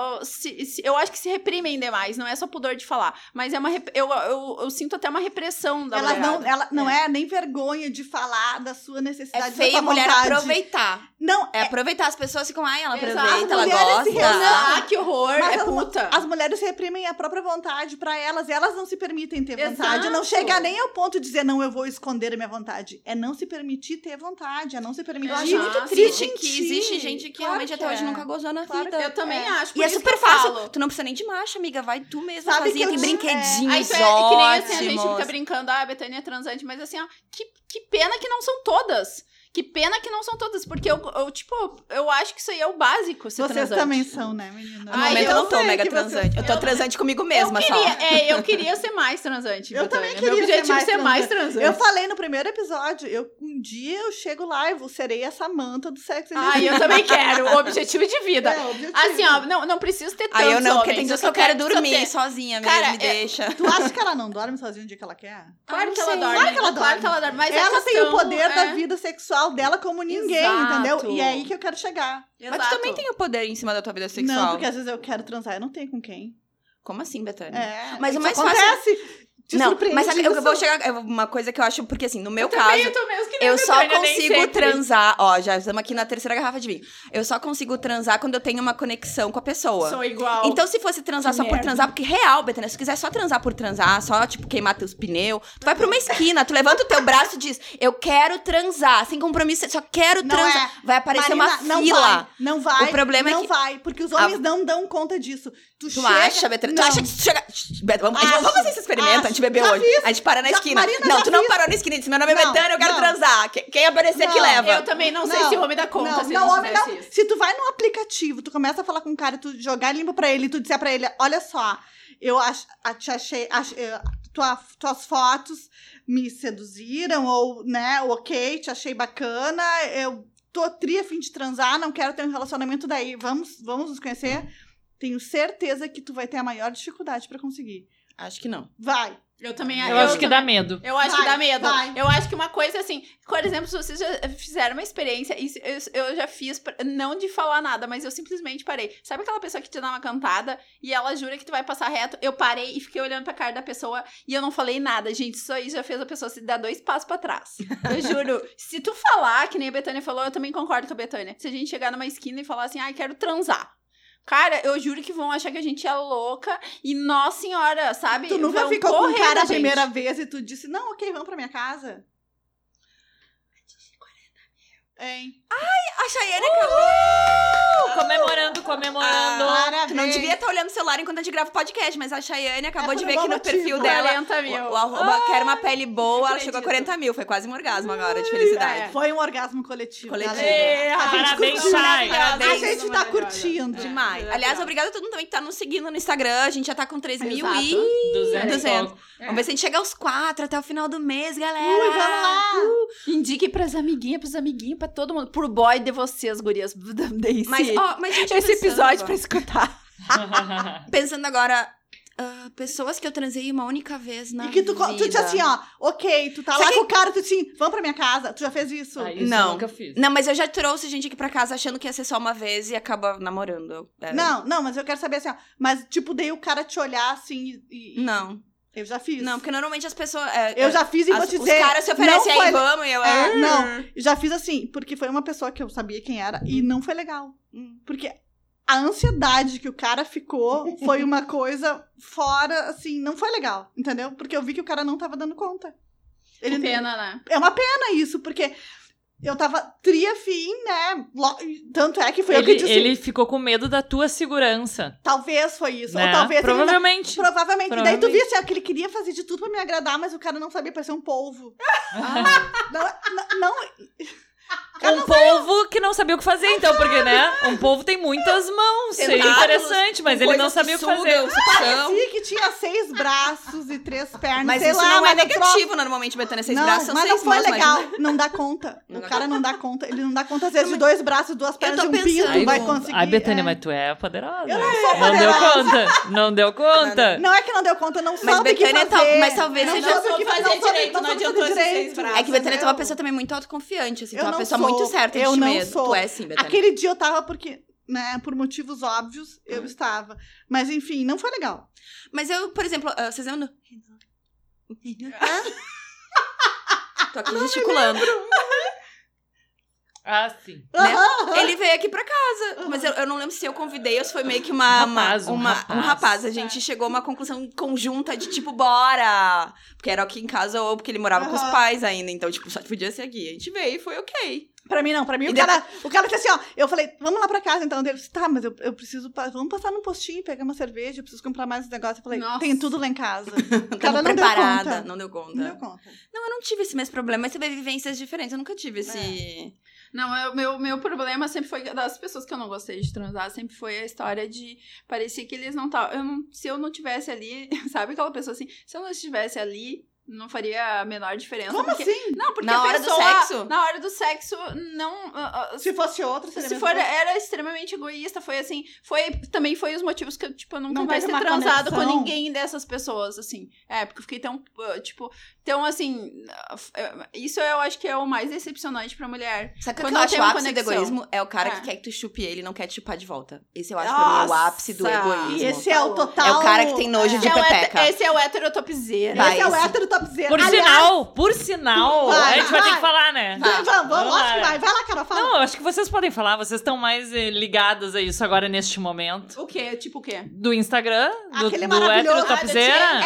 eu acho que se reprimem demais, não é só pudor de falar, mas é eu sinto até uma repressão da mulher. Ela não é nem vergonha de falar da sua necessidade, é feio da a mulher vontade. Aproveitar. Não, aproveitar, as pessoas ficam, ela exato, aproveita, ela gosta. Que horror, mas puta. As mulheres reprimem a própria vontade pra elas, e elas não se permitem ter vontade, Exato. não chegar nem ao ponto de dizer, não, eu vou esconder a minha vontade. É não se permitir ter vontade, é não se permitir. Muito triste que existe gente que realmente até hoje nunca gozou na vida. Eu também acho. E é super fácil. Tu não precisa nem de macho, amiga. Vai tu mesma sozinha. Tem brinquedinhos ótimos. Que nem assim, a gente fica brincando, a Bethânia é transante, mas assim, ó, que pena que não são todas. Que pena que não são todas, porque eu acho que isso aí é o básico, ser Vocês transante. também são, né, menina? No momento eu não tô mega transante. Eu tô transante comigo mesma, só. Eu queria ser mais transante. Eu também queria Meu objetivo é ser mais transante. Eu falei no primeiro episódio, um dia eu chego lá e serei a Samantha do sexo. Eu também quero. O objetivo de vida. Assim, ó, não preciso ter tantos eu não, homens, porque tem dias que eu quero dormir sozinha mesmo, me deixa. Tu acha que ela não dorme sozinha o dia que ela quer? Claro que ela dorme. Claro que ela dorme. Mas ela tem o poder da vida sexual dela como ninguém, entendeu? E é aí que eu quero chegar. Exato. Mas tu também tem o poder em cima da tua vida sexual. Não, porque às vezes eu quero transar, eu não tenho com quem. Como assim, Bethânia? Mas o mais fácil... Não, mas eu vou chegar... Uma coisa que eu acho... Porque assim, no meu caso... Eu só consigo transar... Ó, já estamos aqui na 3ª garrafa de vinho. Eu só consigo transar quando eu tenho uma conexão com a pessoa. Sou igual. Então, se fosse transar só por transar... Porque real, Bethânia, se tu quiser só transar por transar, só, tipo, queimar teus pneus... Tu vai pra uma esquina, tu levanta o teu braço e diz... Eu quero transar. Sem compromisso, só quero transar. Vai aparecer Marina, uma fila. Não vai. O problema é que... Não vai, porque os homens não dão conta disso. Tu acha, Bethânia? Tu acha que tu chega... Vamos fazer esse experimento, a gente bebeu hoje. A gente para na esquina. Marina, tu não parou na esquina e disse, meu nome é Bethânia, eu quero transar. Quem aparecer aqui leva. Eu também não sei se o homem dá conta. Se tu vai num aplicativo, tu começa a falar com um cara, tu jogar limpo pra ele, tu disser pra ele, olha só, eu tuas fotos me seduziram, ou, né, ok, te achei bacana, eu tô a fim de transar, não quero ter um relacionamento daí, vamos nos conhecer? Tenho certeza que tu vai ter a maior dificuldade pra conseguir. Acho que não. Vai. Eu também Eu acho que dá medo. Eu acho que dá medo. Eu acho que uma coisa assim, por exemplo, se vocês já fizeram uma experiência, eu já fiz, não de falar nada, mas eu simplesmente parei. Sabe aquela pessoa que te dá uma cantada e ela jura que tu vai passar reto? Eu parei e fiquei olhando pra cara da pessoa e eu não falei nada. Gente, isso aí já fez a pessoa se dar 2 passos pra trás. Eu juro. Se tu falar, que nem a Bethânia falou, eu também concordo com a Bethânia. Se a gente chegar numa esquina e falar assim, quero transar. Cara, eu juro que vão achar que a gente é louca e, nossa senhora, sabe? Tu nunca ficou com o cara a primeira vez e tu disse, não, ok, vamos pra minha casa? Hein? Ai, a Chayane acabou! Comemorando. Tu não devia estar olhando o celular enquanto a gente grava o podcast, mas a Chayane acabou de ver aqui no perfil dela. 40 mil. O arroba quer uma pele boa, ela chegou a 40 mil. Foi quase um orgasmo agora, de felicidade. Foi um orgasmo coletivo. Parabéns, Chay. A gente tá curtindo. Demais. Aliás, obrigada a todo mundo também que tá nos seguindo no Instagram. A gente já tá com 3.200. Vamos ver se a gente chega aos 4 até o final do mês, galera. Vamos lá. Indique pras amiguinhas, pra todo mundo. Pro boy de vocês, gurias. Mas gente, esse episódio pra escutar. Pensando agora, pessoas que eu transei uma única vez na vida. E que tu disse assim, ok, tu tá lá com o cara, tu disse, vamos pra minha casa. Tu já fez isso? Isso não. Eu nunca fiz. Não, mas eu já trouxe gente aqui pra casa achando que ia ser só uma vez e acaba namorando. Não, mas eu quero saber assim, mas tipo, daí o cara te olhar assim e... Não. Eu já fiz. Não, porque normalmente as pessoas... eu já fiz e vou te dizer... Os caras se oferecem aí, vamos, e eu... Não, já fiz assim, porque foi uma pessoa que eu sabia quem era e não foi legal. Porque a ansiedade que o cara ficou foi uma coisa fora, assim, não foi legal, entendeu? Porque eu vi que o cara não tava dando conta. Pena, né? É uma pena isso, porque... Eu tava tri-afim, né? Tanto é que foi eu que disse... Ele ficou com medo da tua segurança. Talvez foi isso. Né? Ou talvez... Provavelmente. Provavelmente. Daí tu via assim, que ele queria fazer de tudo pra me agradar, mas o cara não sabia, parecia um polvo. Não. Um povo que não sabia o que fazer, então, porque, né? Um povo tem muitas mãos. Seria interessante, mas ele não sabia o que fazer. Parecia que tinha 6 braços e 3 pernas. Mas sei isso lá, não é negativo, normalmente, Betânia. 6 braços são 6 mãos. Mas não foi legal. Imagina. Não dá conta. O cara não dá conta. Ele não dá conta, às vezes, de 2 braços, 2 pernas e um pinto vai conseguir. Ai, Betânia, mas tu é poderosa. Eu não sou poderosa. Não deu conta. Não deu conta. Não é que não deu conta, não sabe o que Betânia fazer. Mas talvez seja... Não soube fazer direito, não adiantou esses 6 braços. É que Betânia é uma pessoa também muito autoconfiante, assim. Tu é uma pessoa muito certa de ti mesmo. Tu é sim, Betânia. Aquele dia eu tava porque, né, por motivos óbvios, eu estava. Mas enfim, não foi legal. Mas eu, por exemplo, vocês lembram? Tô aqui gesticulando. Ah, sim. Né? Ele veio aqui pra casa. Mas eu não lembro se eu convidei ou se foi meio que um rapaz. A gente chegou a uma conclusão conjunta de tipo, bora! Porque era aqui em casa ou porque ele morava com os pais ainda. Então, tipo, só podia ser aqui. A gente veio e foi ok. Pra mim, não. Pra mim, o cara disse assim, ó. Eu falei, vamos lá pra casa, então. Ele disse, tá, mas eu preciso... Vamos passar num postinho, pegar uma cerveja. Eu preciso comprar mais um negócio. Eu falei, tem tudo lá em casa. O cara não preparada, deu conta. Não deu conta. Não, eu não tive esse mesmo problema. Mas teve vivências diferentes. Eu nunca tive esse... Não, meu problema sempre foi, das pessoas que eu não gostei de transar, sempre foi a história de, parecia que eles não estavam, se eu não tivesse ali, sabe aquela pessoa assim, se eu não estivesse ali, não faria a menor diferença. Como assim? Não, porque na hora do sexo? Na hora do sexo, não... se fosse outra, seria era extremamente egoísta, foi assim, também foi os motivos que eu, tipo, eu nunca mais ter transado com ninguém dessas pessoas, assim. Porque eu fiquei tão, tipo, então, assim, isso eu acho que é o mais decepcionante pra mulher. Sabe o que eu acho o ápice do egoísmo? É o cara que quer que tu chupe ele e não quer te chupar de volta. Esse eu acho pra mim o ápice do egoísmo. Esse é o total... É o cara que tem nojo de pepeca. Esse é o héterotopzera. Esse é o héterotopzera. Por sinal, a gente vai ter que falar, né? Vamos, acho que vai. Vai lá, Carol, fala. Não, eu acho que vocês podem falar, vocês estão mais ligadas a isso agora neste momento. O quê? Tipo o quê? Do Instagram, do héterotopzera.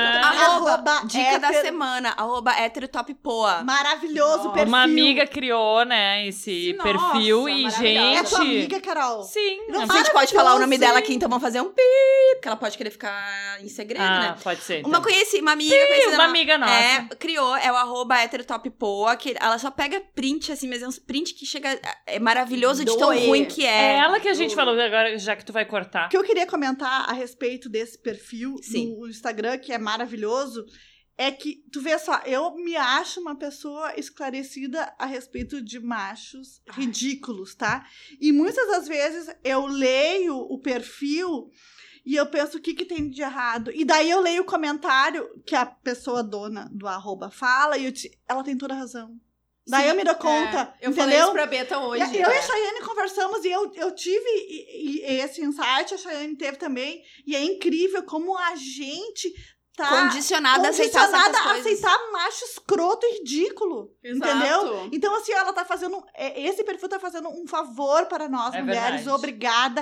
Dica da semana, @héterotoppoa. Maravilhoso perfil. Uma amiga criou, né, esse perfil e, gente... É tua amiga, Carol? Sim. A gente pode falar o nome dela aqui, então vamos fazer um pi, porque ela pode querer ficar em segredo, né? Pode ser, então. Uma amiga conhecida... Uma amiga nossa. Criou, é o @héterotoppoa, que ela só pega print, assim, mas é uns print que chega... É maravilhoso de tão ruim que é. É ela que a gente falou agora, já que tu vai cortar. O que eu queria comentar a respeito desse perfil no Instagram, que é maravilhoso, é que, tu vê só, eu me acho uma pessoa esclarecida a respeito de machos ridículos, tá? E muitas das vezes eu leio o perfil... E eu penso, o que tem de errado? E daí eu leio o comentário que a pessoa dona do @ fala e ela tem toda a razão. Daí eu me dou conta, eu entendeu? falei isso pra Beta hoje. Eu e a Chayane conversamos e eu tive esse insight, a Chayane teve também. E é incrível como a gente... condicionada a aceitar macho escroto e ridículo. Exato. Entendeu? Então, assim, ela tá fazendo... Esse perfil tá fazendo um favor para nós, mulheres. Verdade. Obrigada.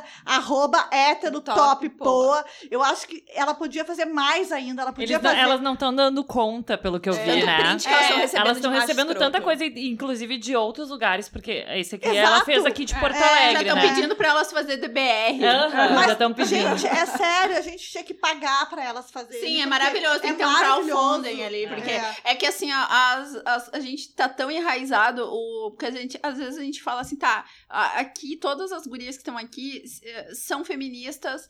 @héterotoppoa. Eu acho que ela podia fazer mais ainda. Ela podia fazer... Elas não estão dando conta, pelo que eu vi, né? Elas estão recebendo tanta coisa, inclusive de outros lugares, porque esse aqui ela fez aqui de Porto Alegre, já estão pedindo pra elas fazer DBR. Já estão pedindo. Gente, é sério, a gente tinha que pagar pra elas fazerem. Sim, é maravilhoso. Tem que ter um crowdfunding ali, porque é que assim, a gente tá tão enraizado, porque às vezes a gente fala assim, tá, aqui todas as gurias que estão aqui são feministas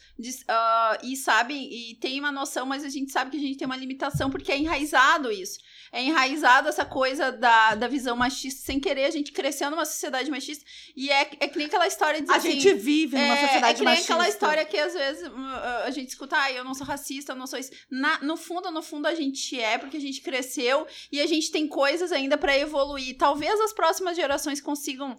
e sabem, e tem uma noção, mas a gente sabe que a gente tem uma limitação, porque é enraizado isso. É enraizado essa coisa da visão machista, sem querer, a gente cresceu numa sociedade machista, e é que nem aquela história de assim... A gente vive numa sociedade machista. É que nem aquela história que às vezes a gente escuta, eu não sou racista, eu não sou isso. No fundo, a gente porque a gente cresceu e a gente tem coisas ainda pra evoluir. Talvez as próximas gerações consigam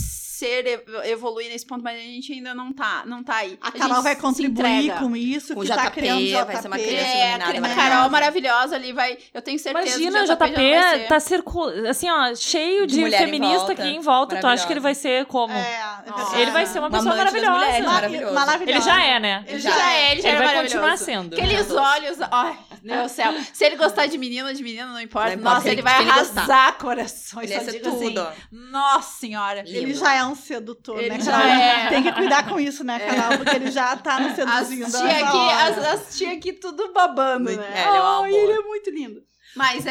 evoluir nesse ponto, mas a gente ainda não tá aí. A Carol vai contribuir com isso, com o JP, vai ser uma criança iluminada. A Carol maravilhosa ali vai, eu tenho certeza. Imagina, o JP tá assim, ó, cheio de feminista aqui em volta. Tu acha que ele vai ser como? Ele vai ser uma pessoa maravilhosa. Maravilhosa. Ele já é, né? Ele já é vai continuar sendo. Aqueles olhos, ai, meu céu. Se ele gostar de menina, não importa. Nossa, ele vai arrasar corações. Ele ia tudo. Assim, nossa senhora. Ele já é um sedutor, ele né, Carol? Tem que cuidar com isso, né, Carol? Porque ele já tá nos seduzindo. As tia aqui tudo babando, né? Ele é muito lindo. Mas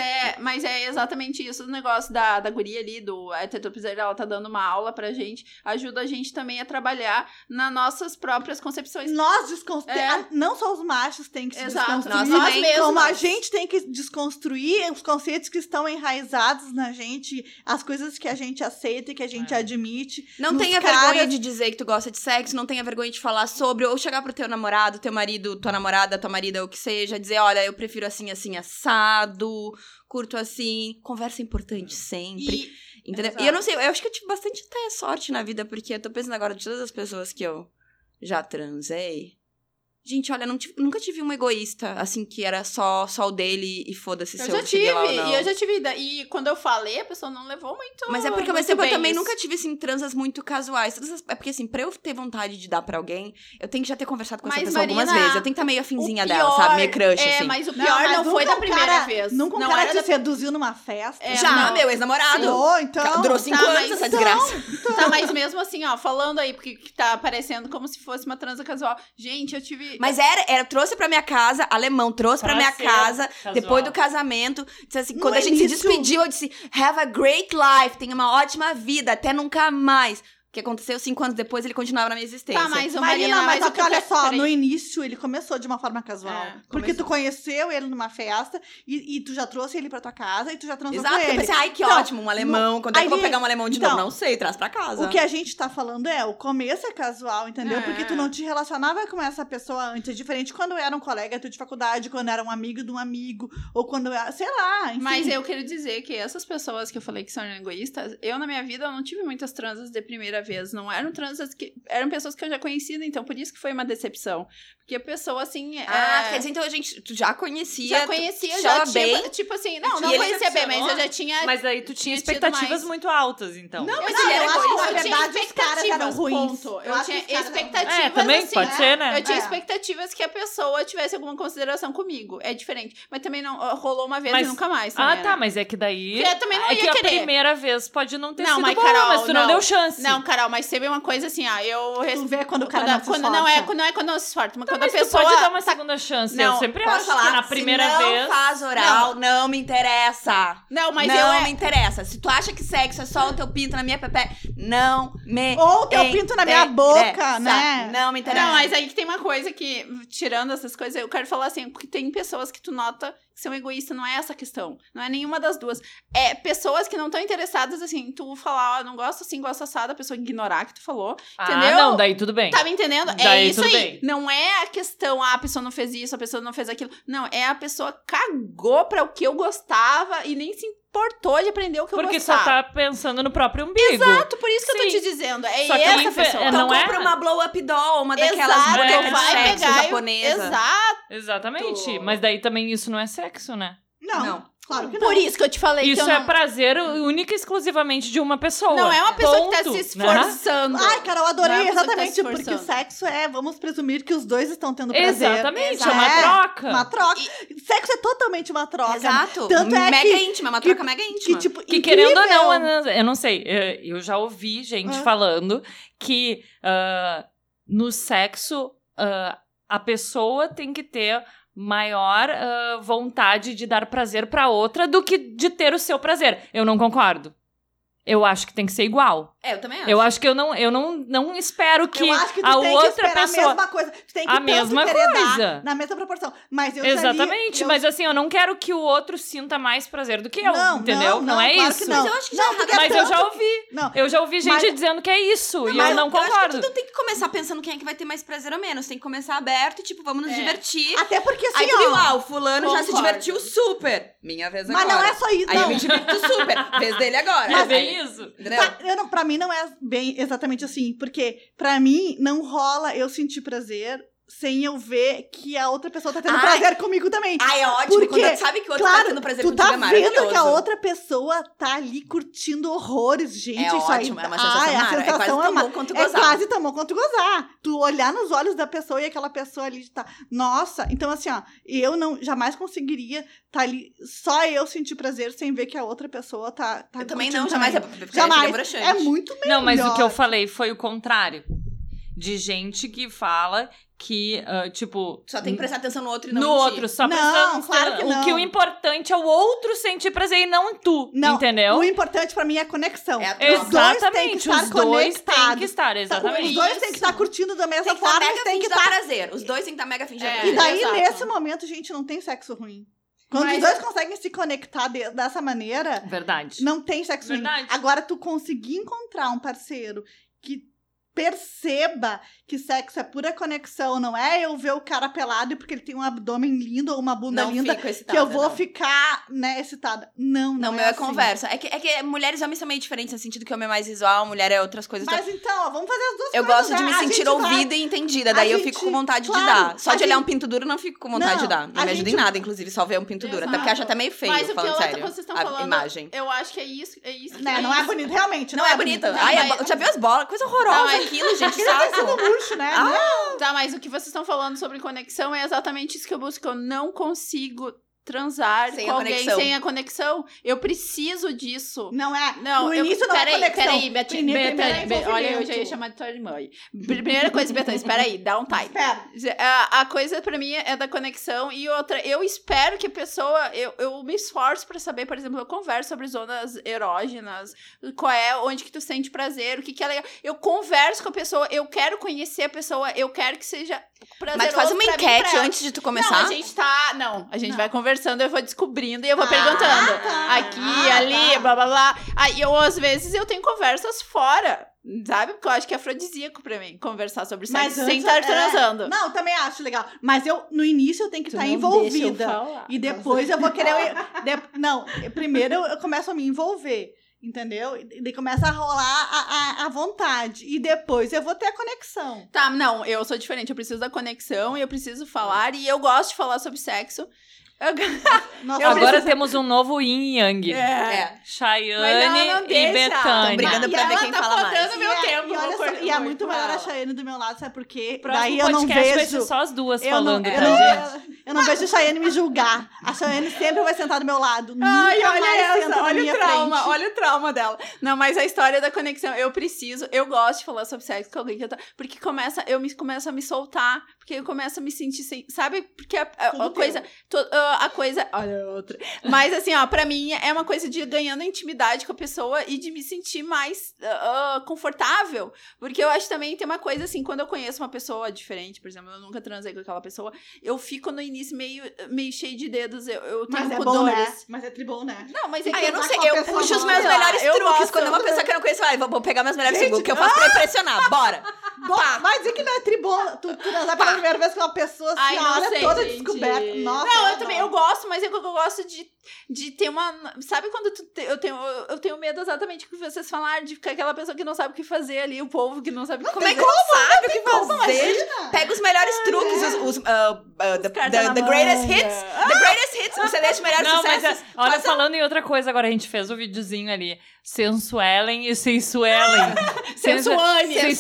é exatamente isso, o negócio da guria ali, do Tetopizer, ela tá dando uma aula pra gente, ajuda a gente também a trabalhar nas nossas próprias concepções. Nós desconstruímos, não só os machos têm que se desconstruir, nós mesmos. Como a gente tem que desconstruir os conceitos que estão enraizados na gente, as coisas que a gente aceita e que a gente admite. Não tenha vergonha de dizer que tu gosta de sexo, não tenha vergonha de falar sobre, ou chegar pro teu namorado, teu marido, tua namorada, tua marida, o que seja, dizer, olha, eu prefiro assim, assim, assado, curto assim, conversa importante sempre, entendeu? Exato. E eu não sei, eu acho que eu tive bastante até sorte na vida, porque eu tô pensando agora de todas as pessoas que eu já transei. Gente, olha, nunca tive um egoísta, assim, que era só o dele e foda-se se eu cheguei lá ou não. Eu já tive, e quando eu falei, a pessoa não levou muito. Mas é porque eu também nunca tive, assim, transas muito casuais. É porque, assim, pra eu ter vontade de dar pra alguém, eu tenho que já ter conversado com essa pessoa algumas vezes. Eu tenho que estar meio afinzinha dela, sabe? Meio crush, assim. Mas o pior não foi da primeira vez. Nunca um cara te seduziu numa festa. Já, meu ex-namorado. Então. Durou 5 anos essa desgraça. Tá, mas mesmo assim, ó, falando aí, porque tá parecendo como se fosse uma transa casual. Gente, eu tive... Mas trouxe pra minha casa, alemão, trouxe pra minha casa, casual. Depois do casamento, disse assim, quando a gente se despediu, eu disse, have a great life, tenha uma ótima vida, até nunca mais. O que aconteceu 5 anos depois, ele continuava na minha existência. Tá, mas Marina, mas olha só, no início ele começou de uma forma casual. Porque tu conheceu ele numa festa e tu já trouxe ele pra tua casa e tu já transou com ele. Exato, eu pensei, ai, que ótimo, um alemão. Quando é que eu vou pegar um alemão de novo? Não sei, traz pra casa. O que a gente tá falando o começo é casual, entendeu? Porque tu não te relacionava com essa pessoa antes. É diferente quando era um colega tu de faculdade, quando era um amigo de um amigo, ou quando era, sei lá, enfim. Mas eu quero dizer que essas pessoas que eu falei que são egoístas, eu na minha vida eu não tive muitas transas de primeira vez, não eram transas que... Eram pessoas que eu já conhecia, então por isso que foi uma decepção. Porque a pessoa, assim... quer dizer, então tu já conhecia... Já conhecia, já tinha... Tipo assim, não conhecia bem, mas eu já tinha... Mas aí tu tinha expectativas muito altas, então. Não, mas ele era egoísta. Na verdade, os caras eram ruins. Eu tinha expectativas, também assim, pode ser, né? Eu tinha expectativas que a pessoa tivesse alguma consideração comigo. É diferente. Mas também não rolou uma vez e nunca mais. Também, tá, mas é que daí... Eu também não ia que querer. A primeira vez pode não ter sido mas, boa, Carol, mas tu não deu chance. Não, Carol, mas teve uma coisa assim, Tu vê quando o cara não se esforça. Não é quando não se esforça, mas quando a pessoa... tu pode dar uma segunda chance. Eu sempre acho que na primeira vez... Se não faz oral, não me interessa. Não, mas não me interessa. Se tu acha que sexo é só o teu pinto na minha pepé, não me ou o teu pinto na minha boca, né? Não me interessa. Não, mas aí que tem uma coisa que, tirando essas coisas, eu quero falar assim, porque tem pessoas que tu nota que são egoístas, não é essa a questão. Não é nenhuma das duas. É pessoas que não estão interessadas, assim, tu falar, não gosto assim, gosto assado, a pessoa ignorar que tu falou, entendeu? Não, daí tudo bem. Tá me entendendo? Daí é isso aí. Bem. Não é a questão, a pessoa não fez isso, a pessoa não fez aquilo. Não, é a pessoa cagou pra o que eu gostava e nem se importou de aprender o que eu gostava. Porque só tá pensando no próprio umbigo. Exato, por isso que eu tô te dizendo. É só essa pessoa. Então compra uma blow-up doll, uma daquelas bonecas de sexo japonesa. Exato. Exatamente. Mas daí também isso não é sexo, né? Não. Claro que não. Por isso que eu te falei isso que eu é prazer única e exclusivamente de uma pessoa. Não é uma pessoa que tá se esforçando. Ai, Carol, adorei exatamente porque sexo vamos presumir que os dois estão tendo prazer. Exatamente, é uma troca. Uma troca. Sexo é totalmente uma troca. Exato. Tanto mega íntima, uma troca mega íntima. Que querendo ou não, eu não sei, eu já ouvi gente falando que no sexo a pessoa tem que ter maior vontade de dar prazer pra outra do que de ter o seu prazer. Eu não concordo. Eu acho que tem que ser igual. Eu também acho. Eu acho que eu não espero que tu a tem outra que pessoa... a mesma coisa. Tu tem que a mesma coisa. Dar na mesma proporção. Mas eu exatamente, mas assim, eu não quero que o outro sinta mais prazer do que eu, entendeu? Não é claro isso. Mas eu acho que eu já ouvi. Eu já ouvi gente dizendo que é isso, e eu não concordo. Eu acho que tu não tem que começar pensando quem é que vai ter mais prazer ou menos. Tem que começar aberto e, tipo, vamos nos divertir. Até porque, assim, aí tu viu, o fulano já se divertiu super. Minha vez agora. Mas não é só isso, aí eu me divirto super. Vez dele agora. É bem isso. Entendeu? Pra mim não é bem exatamente assim, porque pra mim não rola eu sentir prazer sem eu ver que a outra pessoa tá tendo prazer comigo também. É ótimo. Porque, quando tu sabe que o outro tá tendo prazer contigo, é maravilhoso. Tu tá vendo que a outra pessoa tá ali curtindo horrores, gente. É isso ótimo, aí, é uma sensação a sensação é quase tão bom quanto gozar. É quase tão bom quanto gozar. Tu olhar nos olhos da pessoa e aquela pessoa ali tá... Nossa, então assim, eu jamais conseguiria tá ali, só eu sentir prazer sem ver que a outra pessoa tá eu também não, jamais. Jamais. É muito melhor. Não, mas o que eu falei foi o contrário. de gente que fala que, tipo... Só tem que prestar atenção no outro e não no mentir. outro, só Não, claro que não. O importante é o outro sentir prazer e não tu, entendeu? O importante pra mim é a conexão. Exatamente, os dois têm que estar, exatamente. Os dois têm que estar curtindo da mesma tem que forma. Tem que dar prazer. Os dois têm que estar mega fingindo prazer. E daí, nesse momento, gente, não tem sexo ruim. Quando os dois conseguem se conectar dessa maneira... Verdade. Não tem sexo ruim. Agora, tu conseguir encontrar um parceiro que perceba que sexo é pura conexão, não é eu ver o cara pelado porque ele tem um abdômen lindo ou uma bunda linda excitada, que eu vou ficar, excitada. Não meu é assim. Conversa. É que mulheres e homens são meio diferentes, no sentido que homem é mais visual, mulher é outras coisas. Mas então, vamos fazer as duas coisas. Eu gosto de me sentir ouvida e entendida, daí eu fico com vontade de dar. Só de olhar um pinto duro, não fico com vontade de dar. Não me ajuda em nada, inclusive, só ver um pinto duro. Até porque acho até meio feio, falando sério. Vocês estão falando, imagem. Eu acho que é isso. Não é bonito, realmente. Não é bonito. Já viu as bolas? Coisa horrorosa aquilo, gente. Luxo, né? Tá, mas o que vocês estão falando sobre conexão é exatamente isso que eu busco. Eu não consigo transar com alguém sem a conexão. Eu preciso disso. Não é. No início não é conexão. Peraí, Betânia. Olha, eu já ia chamar de tua irmã. Primeira coisa, Betânia, espera aí, dá um time. Espera. A coisa pra mim é da conexão. E outra, eu espero que a pessoa... Eu me esforço pra saber, por exemplo, eu converso sobre zonas erógenas, onde que tu sente prazer, o que é legal. Eu converso com a pessoa, eu quero conhecer a pessoa, eu quero que seja prazeroso. Mas tu faz uma enquete antes de tu começar? A gente vai conversando, eu vou descobrindo e eu vou perguntando. Aqui, ali, blá, blá, blá. Aí, às vezes, eu tenho conversas fora, sabe? Porque eu acho que é afrodisíaco pra mim, conversar sobre sexo sem estar transando. Não, eu também acho legal. Mas no início, eu tenho que estar envolvida. E depois eu vou querer... primeiro eu começo a me envolver. Entendeu? E daí começa a rolar a vontade. E depois eu vou ter a conexão. Tá, não, eu sou diferente. Eu preciso da conexão e eu preciso falar. E eu gosto de falar sobre sexo. Agora temos um novo yin e yang. Chayane e Betânia. Estão brigando pra ver quem fala mais. E é muito melhor a Chayane do meu lado, sabe por quê? Próximo daí eu não vejo... vai ser só as duas falando, gente? Eu não vejo a Chayane me julgar. A Chayane sempre vai sentar do meu lado. Olha o trauma dela. Não, mas a história da conexão, eu gosto de falar sobre sexo com alguém que eu tô... Porque eu começo a me soltar, porque eu começo a me sentir sem... Sabe? Porque a coisa... Olha outra. Mas assim, pra mim é uma coisa de ganhando intimidade com a pessoa e de me sentir mais confortável. Porque eu acho também tem uma coisa assim, quando eu conheço uma pessoa diferente, por exemplo, eu nunca transei com aquela pessoa, eu fico no início meio cheio de dedos, eu tenho pudores. Bom, né? Mas é tribom, né? Não, mas é que eu não sei, eu puxo os meus melhores truques. Quando uma pessoa que eu não conheço, vou pegar meus melhores truques, que eu faço pra impressionar. Bora! Vai dizer que não é tribom tu transar pela primeira vez com uma pessoa assim, olha, toda descoberta. Nossa, não, eu também, eu gosto, mas eu gosto de ter uma... Sabe quando eu tenho medo exatamente do que vocês falaram, de ficar aquela pessoa que não sabe o que fazer ali, o povo que não sabe o que fazer. Como é que não sabe o que fazer? Pega os melhores truques, the greatest hits. The greatest hits, você deixa melhores sucessos. Olha, falando em outra coisa, agora a gente fez o videozinho ali. Sensuelen e sensuelen. Sensuane e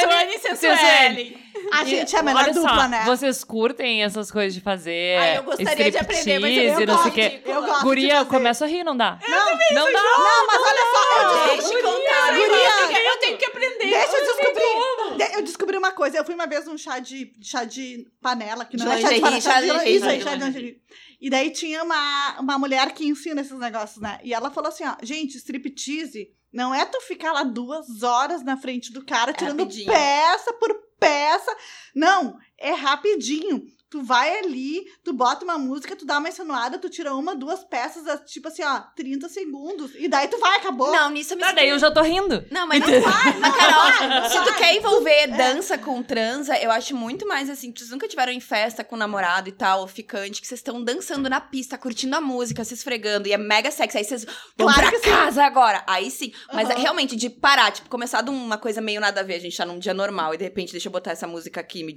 sensuelen. A gente é a melhor dupla, né? Vocês curtem essas coisas de fazer eu gostaria de aprender, mas eu não sei o quê. Eu gosto Guria, eu começo a rir, não dá? Não dá. Não, mas olha só. Deixa eu contar. Guria, eu tenho que aprender. Deixa eu descobrir. Eu descobri uma coisa. Eu fui uma vez num chá de panela, que não é chá de panela. Chá de lingerie. E daí tinha uma mulher que ensina esses negócios, né? E ela falou assim, gente, striptease não é tu ficar lá 2 horas na frente do cara tirando rapidinho. Peça por peça. Não, é rapidinho. Tu vai ali, tu bota uma música, tu dá uma insinuada, tu tira 1, 2 peças, tipo assim, 30 segundos. E daí tu vai, acabou. Não, nisso eu me daí eu já tô rindo. Não, mas não vai. Mas, Carol, se tu quer envolver dança com transa, eu acho muito mais assim, vocês nunca tiveram em festa com namorado e tal, ou ficante, que vocês estão dançando na pista, curtindo a música, se esfregando, e é mega sexy. Aí vocês vão pra casa agora. Aí sim. Mas realmente, de parar, tipo, começar de uma coisa meio nada a ver, a gente tá num dia normal, e de repente, deixa eu botar essa música aqui, me despilantar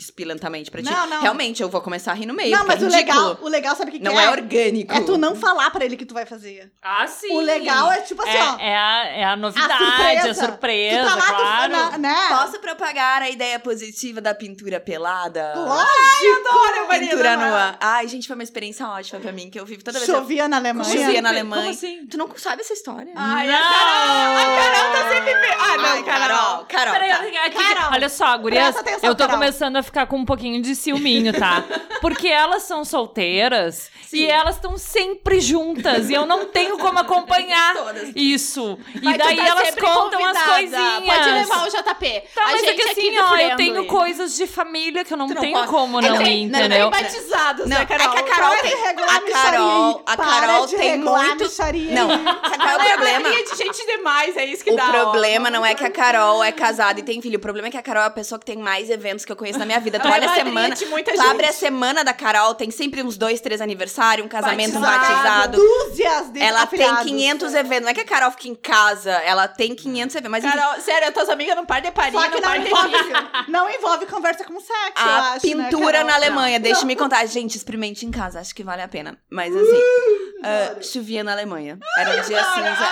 exatamente pra ti. Não. Realmente, eu vou começar a rir no meio. Não, mas é o legal, sabe o que não é orgânico. É tu não falar pra ele que tu vai fazer. Ah, sim. O legal é tipo assim, ó. É a novidade, a surpresa, tu tá lá, claro. né? Posso propagar a ideia positiva da pintura pelada? Lógico! Adoro, Pintura nua. Ai, gente, foi uma experiência ótima pra mim, que eu vivo toda vez. Chovia na Alemanha. Chovia na Alemanha. Como assim? Tu não sabe essa história? Ai, Não! a Carol tá sempre... Ah, não, Ai, Carol. Peraí, Carol, olha só, gurias, presta atenção, eu tô Carol. começando a ficar com um pouquinho de ciúminho, tá? Porque elas são solteiras e elas estão sempre juntas e eu não tenho como acompanhar Todas. isso. Mas e daí tu tá elas sempre contam as convidada. coisinhas. Pode levar o JP. Tá, a mas gente é que aqui assim, de ó, eu friendly. tenho coisas de família que eu não Tu não tenho pode. como É não que ir, tem- não, entendeu? Bem batizados, Não, né, Carol? é que a Carol Para tem... de regular A Carol Para de tem regular muito... micharia. Não, sabe qual é o problema? de gente demais, é isso que O dá. problema não é que a Carol é casada e tem filho. O problema é que a Carol é a pessoa que tem mais eventos que eu conheço na minha vida. Tu Ela olha é a madrinha semana... de muita Tu gente. abre a semana da Carol, tem sempre uns 2, 3 aniversários, um casamento, um Batizado. batizado. Dúzias de Ela tem afilhados. 500 eventos. Não é que a Carol fica em casa, ela tem 500 eventos. Mas enfim, Carol, sério, tuas amigas não param de parir, Só que não não param de envolve, rir. não envolve conversa com sexo, eu a acho, pintura né, na Carol? Alemanha, deixa-me contar. Gente, experimente em casa, acho que vale a pena. Mas assim, chovia na Alemanha. Era um dia cinza,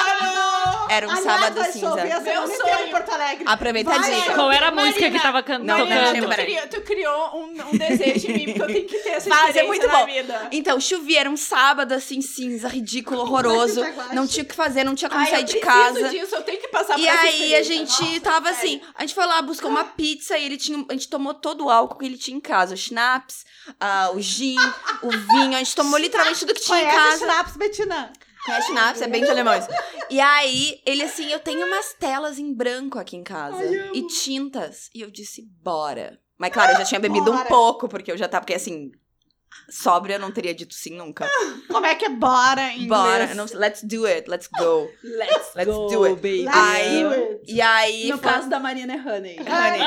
era um Aliás, sábado vai cinza. chover a semana Meu inteira sonho. em Porto Alegre. Aproveita a Vai, dica. Qual era a Marina, música que tava não, tocando? peraí. Tu criou um desejo em mim, porque eu tenho que ter essa Mas é experiência muito na bom. vida. Então, chovia, era um sábado assim, cinza, ridículo, horroroso. Não tinha o que fazer, não tinha como sair eu de preciso casa. disso, eu tenho que passar por E essa aí a experiência. gente tava assim, a gente foi lá, buscou uma pizza e a gente tomou todo o álcool que ele tinha em casa. O schnapps, o gin, o vinho, a gente tomou literalmente tudo que tinha em Conhece casa. Schnapps, Bettina? Conhece schnapps, é bem de alemães. E aí, ele assim, eu tenho umas telas em branco aqui em casa. E tintas. E eu disse, bora. Mas claro, eu já tinha bebido um Bora. pouco, porque eu já tava, porque assim, sóbria eu não teria dito sim nunca. Como é que é bora em Bora, inglês? não, let's do it, let's go. Let's do it. baby. Aí, do it. e aí, No foi- caso da Marina é Honey. Honey,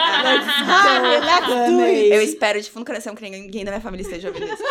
Let's do it. eu espero de fundo do coração que ninguém da minha família esteja ouvindo isso.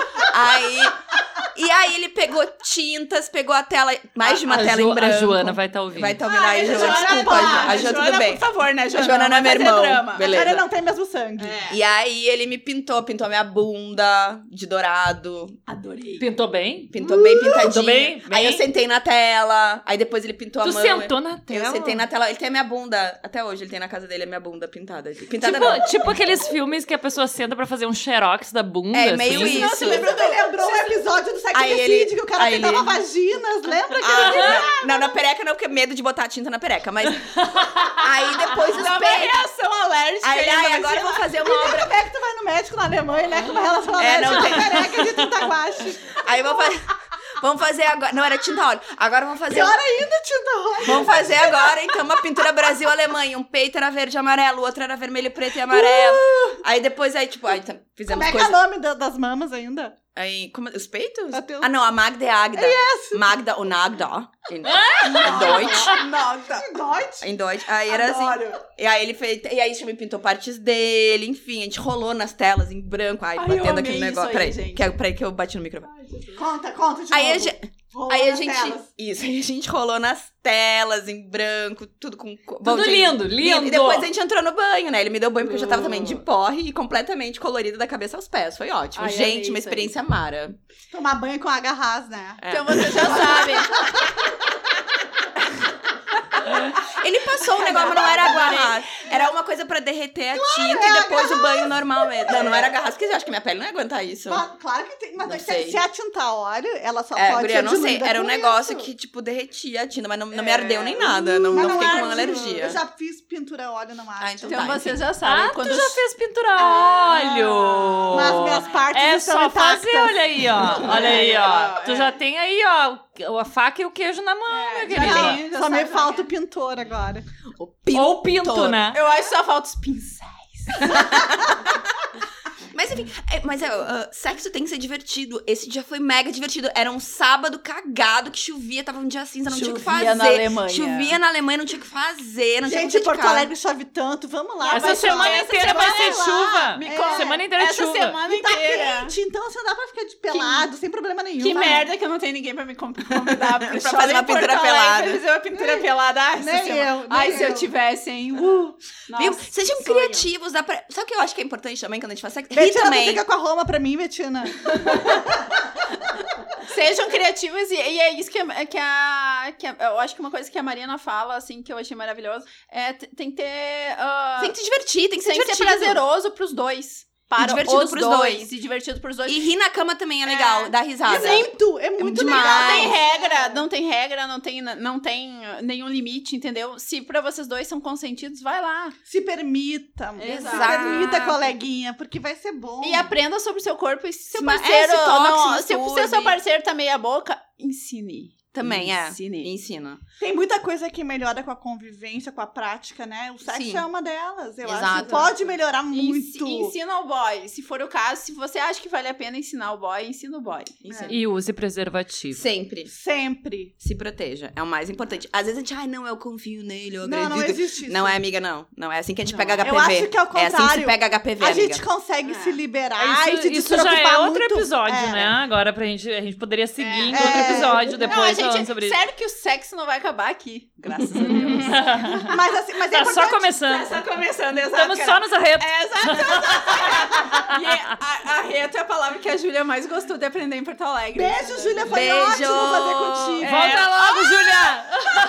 E aí ele pegou tintas, pegou a tela, mais de uma tela em branco. A Joana vai estar ouvindo. Vai estar ouvindo aí, Joana, desculpa, para. a Jo, tudo bem. Por favor, né, Joana? Joana não é meu vai fazer irmão. drama. Beleza. A cara não tem mesmo sangue. É. E aí ele me pintou minha bunda de dourado. Adorei. Pintou bem? Pintou bem pintadinho. Pintou bem? Aí eu Bem? sentei na tela, aí depois ele pintou a Tu mão. sentou na tela? Eu sentei na tela, ele tem a minha bunda, até hoje ele tem na casa dele a minha bunda pintada. Pintada não. Tipo aqueles filmes que a pessoa senta pra fazer um xerox da bunda. É, meio assim. isso. Não, você lembrou o episódio do Sex Aí and the ele- City, que o cara aí pintava ele- vaginas, lembra? Não, na pereca não, porque medo de botar tinta na pereca, mas... aí depois os Dá uma peitos... reação alérgica. Aí, ainda, agora eu vou fazer uma obra... Como é que tu vai no médico na Alemanha, né? Com uma relação É, alérgica não com tem. careca de tinta guache. Aí eu vou fazer... Vamos fazer agora... Não, era tinta óleo. Agora vamos fazer... Pior ainda, tinta roxa. Vamos fazer agora, então, uma pintura Brasil-Alemanha. Um peito era verde e amarelo, o outro era vermelho, preto e amarelo. Aí depois, fizemos Como é que é o coisas... nome das mamas ainda? Aí, os peitos? Até os- Ah, não, a Magda é Agda. Magda ou Nagda. Em Deutsch. Nossa. Deutsch. Em Deutsch. Aí era assim. Adoro. E aí ele fez. E aí a gente me pintou partes dele, enfim, a gente rolou nas telas em branco. Ai, Ai, eu batendo amei aquele isso negócio. aí, Peraí, gente. peraí que eu bati no microfone. Conta de Aí a novo. gente. Rolou Aí a nas gente. telas. Isso, aí a gente rolou nas telas, em branco, tudo com. Tudo lindo, lindo. E depois a gente entrou no banho, né? Ele me deu banho porque eu já tava também de porre e completamente colorida da cabeça aos pés. Foi ótimo. Ai, amei gente, uma isso experiência mara. Tomar banho com agarras, né? É. Então você já sabe. Ele passou o negócio, mas não era agarrar. Era uma coisa pra derreter a tinta e depois o banho normal mesmo. Não era agarrar, porque eu acho que minha pele não ia aguentar isso. Claro que tem. Mas Não se sei. a tinta óleo, ela só É, pode guria, ser não sei. diluída Era um com negócio isso. que, tipo, derretia a tinta, mas não me ardeu nem nada. Não, Mas não fiquei com arde, uma alergia. Eu já fiz pintura óleo, não acho. então Então tá, você enfim. já sabe. Ah, tu já fez pintura óleo. Nas minhas partes É estão só intactas. fazer, olha aí, ó. Olha aí, ó. É. Tu já tem aí, ó, a faca e o queijo na mão, minha já querida. tem. Só sabe me como falta é. o pintor agora. Ou pinto, né? Eu acho que só falta os pincéis. Mas enfim, sexo tem que ser divertido. Esse dia foi mega divertido. Era um sábado cagado, que chovia, tava um dia cinza, não tinha o que fazer. Chovia na Alemanha, não tinha o que fazer. Não gente, Porto Alegre chove tanto, vamos lá. Essa semana inteira vai ser chuva. Semana inteira de chuva. Essa semana inteira. Tá quente, então você dá pra ficar de pelado, sem problema nenhum. Que merda que eu não tenho ninguém pra me convidar pra fazer uma pintura pelada. Fazer uma pintura pelada. Se eu tivesse, hein? Viu? Sejam criativos. Sabe o que eu acho que é importante também quando a gente faz sexo? Betina, também. Fica com a Roma pra mim, Betina. Sejam criativos e é isso que eu acho que uma coisa que a Mariana fala, assim, que eu achei maravilhoso, tem que ter... tem que se divertir, tem que ser prazeroso pros dois. Para divertido pros dois. E divertido pros dois. E rir na cama também é legal, dar risada. É muito legal. Não tem regra, não tem nenhum limite, entendeu? Se pra vocês dois são consentidos, vai lá. Se permita. Exato. Se permita, coleguinha, porque vai ser bom. E aprenda sobre o seu corpo. E se seu parceiro se seu parceiro tá meia boca, ensine. Também ensina. Tem muita coisa que melhora com a convivência, com a prática, né? O sexo é uma delas, eu acho. Pode melhorar muito. Ensina o boy. Se for o caso, se você acha que vale a pena ensinar o boy, ensina o boy. E use preservativo. Sempre. Se proteja. É o mais importante. Às vezes a gente, não, eu confio nele, eu acredito. Não existe isso. Não é, amiga, não. Não é assim que a gente pega HPV. Eu acho que é o contrário. É assim que se pega HPV, amiga. A gente consegue se liberar e se isso já é outro episódio, né? Agora a gente poderia seguir em outro episódio depois falando sobre isso. Sério que o sexo não vai acabar aqui. Graças a Deus. mas é tá importante. Só começando. Exato. Estamos só nos arretos. E arreto é a palavra que a Júlia mais gostou de aprender em Porto Alegre. Beijo, Júlia. Foi ótimo fazer contigo. Volta logo, Júlia.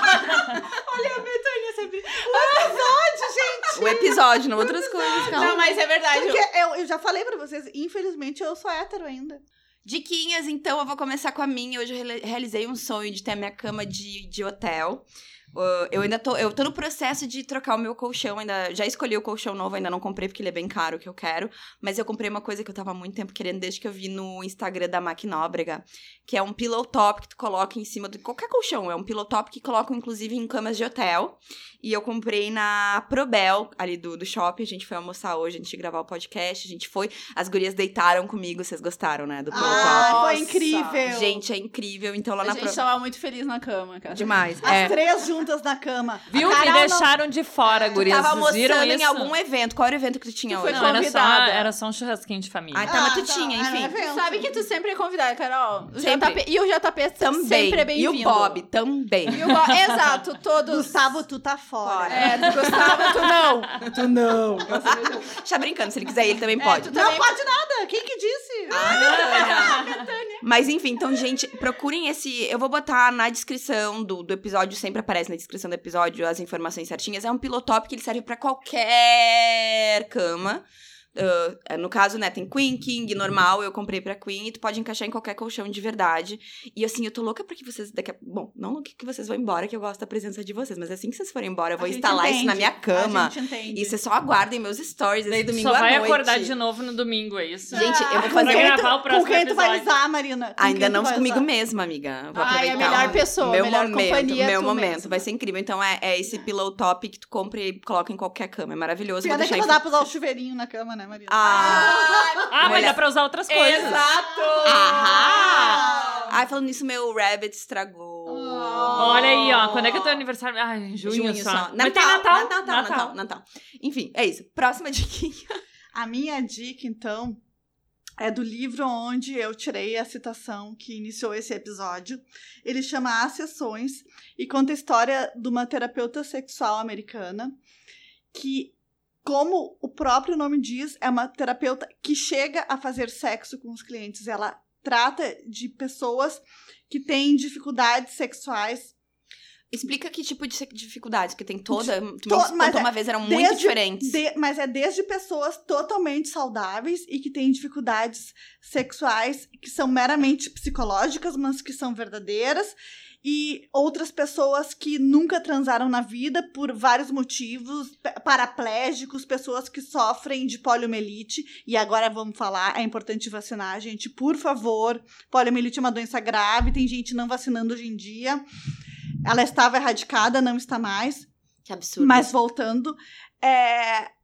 Olha a Betânia sempre. O episódio, gente. O episódio, não outras coisas, calma. Não, mas é verdade. Porque eu já falei pra vocês, infelizmente eu sou hétero ainda. Diquinhas, então, eu vou começar com a minha. Hoje eu realizei um sonho de ter a minha cama de hotel. Eu tô no processo de trocar o meu colchão, já escolhi o colchão novo, ainda não comprei porque ele é bem caro, o que eu quero, mas eu comprei uma coisa que eu tava há muito tempo querendo, desde que eu vi no Instagram da Mac Nóbrega, que é um pillow top que tu coloca em cima de qualquer colchão, é um pillow top que colocam inclusive em camas de hotel, e eu comprei na Probel, ali do shopping, a gente foi almoçar hoje, a gente ia gravar o podcast, a gente foi, as gurias deitaram comigo, vocês gostaram, né, do pillow top? Foi incrível! Gente, é incrível, então lá a gente tava muito feliz na cama, cara. Demais. As três juntas na cama. Viu? Me deixaram de fora, gurias. Tava Vocês viram almoçando isso? em algum evento. Qual era o evento que tu tinha hoje? Não, era só um churrasquinho de família. Mas tu tinha, enfim. Sabe que tu sempre é convidada, Carol. Sempre. E o JP também. Sempre é bem-vindo. E o Bob também. Exato, todos. Gustavo, tu tá fora. Gustavo, tu não. Tu não. Tá brincando, se ele quiser, ele também pode. Não pode nada. Quem que disse? Betânia. Mas enfim, então, gente, procurem esse... Eu vou botar na descrição do episódio, sempre aparece na descrição do episódio as informações certinhas. É um pillow top que ele serve pra qualquer cama. No caso, né, tem Queen, King, normal, eu comprei pra Queen, e tu pode encaixar em qualquer colchão de verdade. E assim, eu tô louca porque vocês bom, não que vocês vão embora, que eu gosto da presença de vocês, mas assim que vocês forem embora, eu vou instalar isso na minha cama. E vocês só aguardem meus stories esse domingo à noite. Só vai acordar de novo no domingo, é isso? Gente, eu vou fazer... gravar o próximo com quem episódio. Tu vai usar, Marina? Ainda não comigo mesma, amiga. Vou aproveitar a melhor pessoa, meu melhor momento, companhia. Meu momento, vai ser incrível. Então é esse pillow top que tu compra e coloca em qualquer cama. É maravilhoso. Pena que não dá pra usar o chuveirinho na cama, né, Marina? Mas dá pra usar outras coisas. Exato! Ai, falando nisso, meu Rabbit estragou. Olha aí, ó. Quando é que é o teu aniversário? Em junho só. Mas tem Natal. Enfim, é isso. Próxima diquinha. A minha dica, então, é do livro onde eu tirei a citação que iniciou esse episódio. Ele chama As Sessões e conta a história de uma terapeuta sexual americana que, como o próprio nome diz, é uma terapeuta que chega a fazer sexo com os clientes. Ela trata de pessoas que têm dificuldades sexuais. Explica que tipo de dificuldades, porque tem toda... uma vez eram muito diferentes. Mas é desde pessoas totalmente saudáveis e que têm dificuldades sexuais que são meramente psicológicas, mas que são verdadeiras. E outras pessoas que nunca transaram na vida por vários motivos, paraplégicos, pessoas que sofrem de poliomielite. E agora vamos falar, é importante vacinar, gente, por favor. Poliomielite é uma doença grave, tem gente não vacinando hoje em dia. Ela estava erradicada, não está mais. Que absurdo. Mas voltando,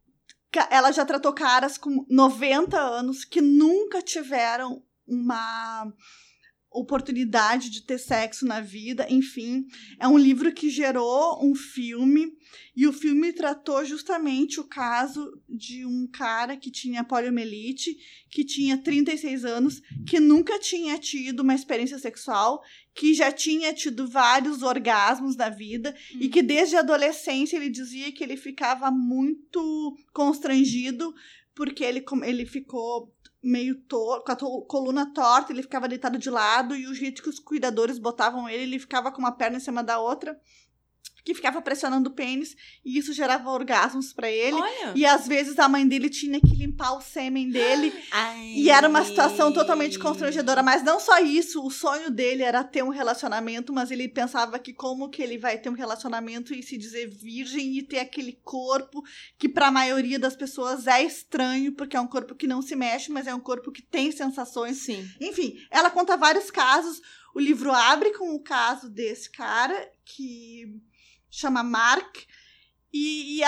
ela já tratou caras com 90 anos que nunca tiveram uma oportunidade de ter sexo na vida, enfim. É um livro que gerou um filme, e o filme tratou justamente o caso de um cara que tinha poliomielite, que tinha 36 anos, que nunca tinha tido uma experiência sexual, que já tinha tido vários orgasmos na vida, e que desde a adolescência ele dizia que ele ficava muito constrangido, porque ele ficou meio torto, com a coluna torta, ele ficava deitado de lado, e o jeito que os cuidadores botavam ele ficava com uma perna em cima da outra, que ficava pressionando o pênis, e isso gerava orgasmos pra ele. Olha. E às vezes a mãe dele tinha que limpar o sêmen dele. E era uma situação totalmente constrangedora. Mas não só isso, o sonho dele era ter um relacionamento, mas ele pensava que como que ele vai ter um relacionamento e se dizer virgem e ter aquele corpo que pra maioria das pessoas é estranho, porque é um corpo que não se mexe, mas é um corpo que tem sensações. Sim. Enfim, ela conta vários casos. O livro abre com o caso desse cara, que chama Mark, e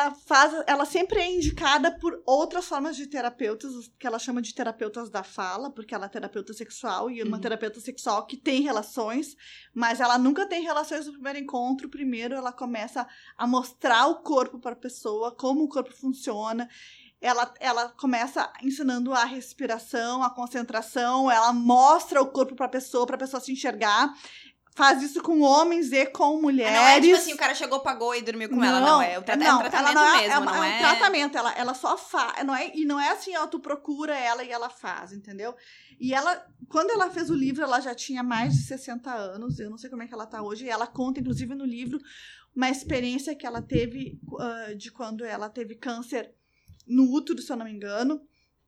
ela sempre é indicada por outras formas de terapeutas, que ela chama de terapeutas da fala, porque ela é terapeuta sexual, e é uma terapeuta sexual que tem relações, mas ela nunca tem relações no primeiro encontro. Primeiro ela começa a mostrar o corpo para a pessoa, como o corpo funciona. Ela começa ensinando a respiração, a concentração, ela mostra o corpo para a pessoa se enxergar. Faz isso com homens e com mulheres. Não é tipo assim, o cara chegou, pagou e dormiu com ela. Não, é um tratamento mesmo, não é? É um tratamento, ela só faz. E não é assim, ó, tu procura ela e ela faz, entendeu? E ela, quando ela fez o livro, ela já tinha mais de 60 anos, eu não sei como é que ela tá hoje, e ela conta, inclusive, no livro, uma experiência que ela teve de quando ela teve câncer no útero, se eu não me engano.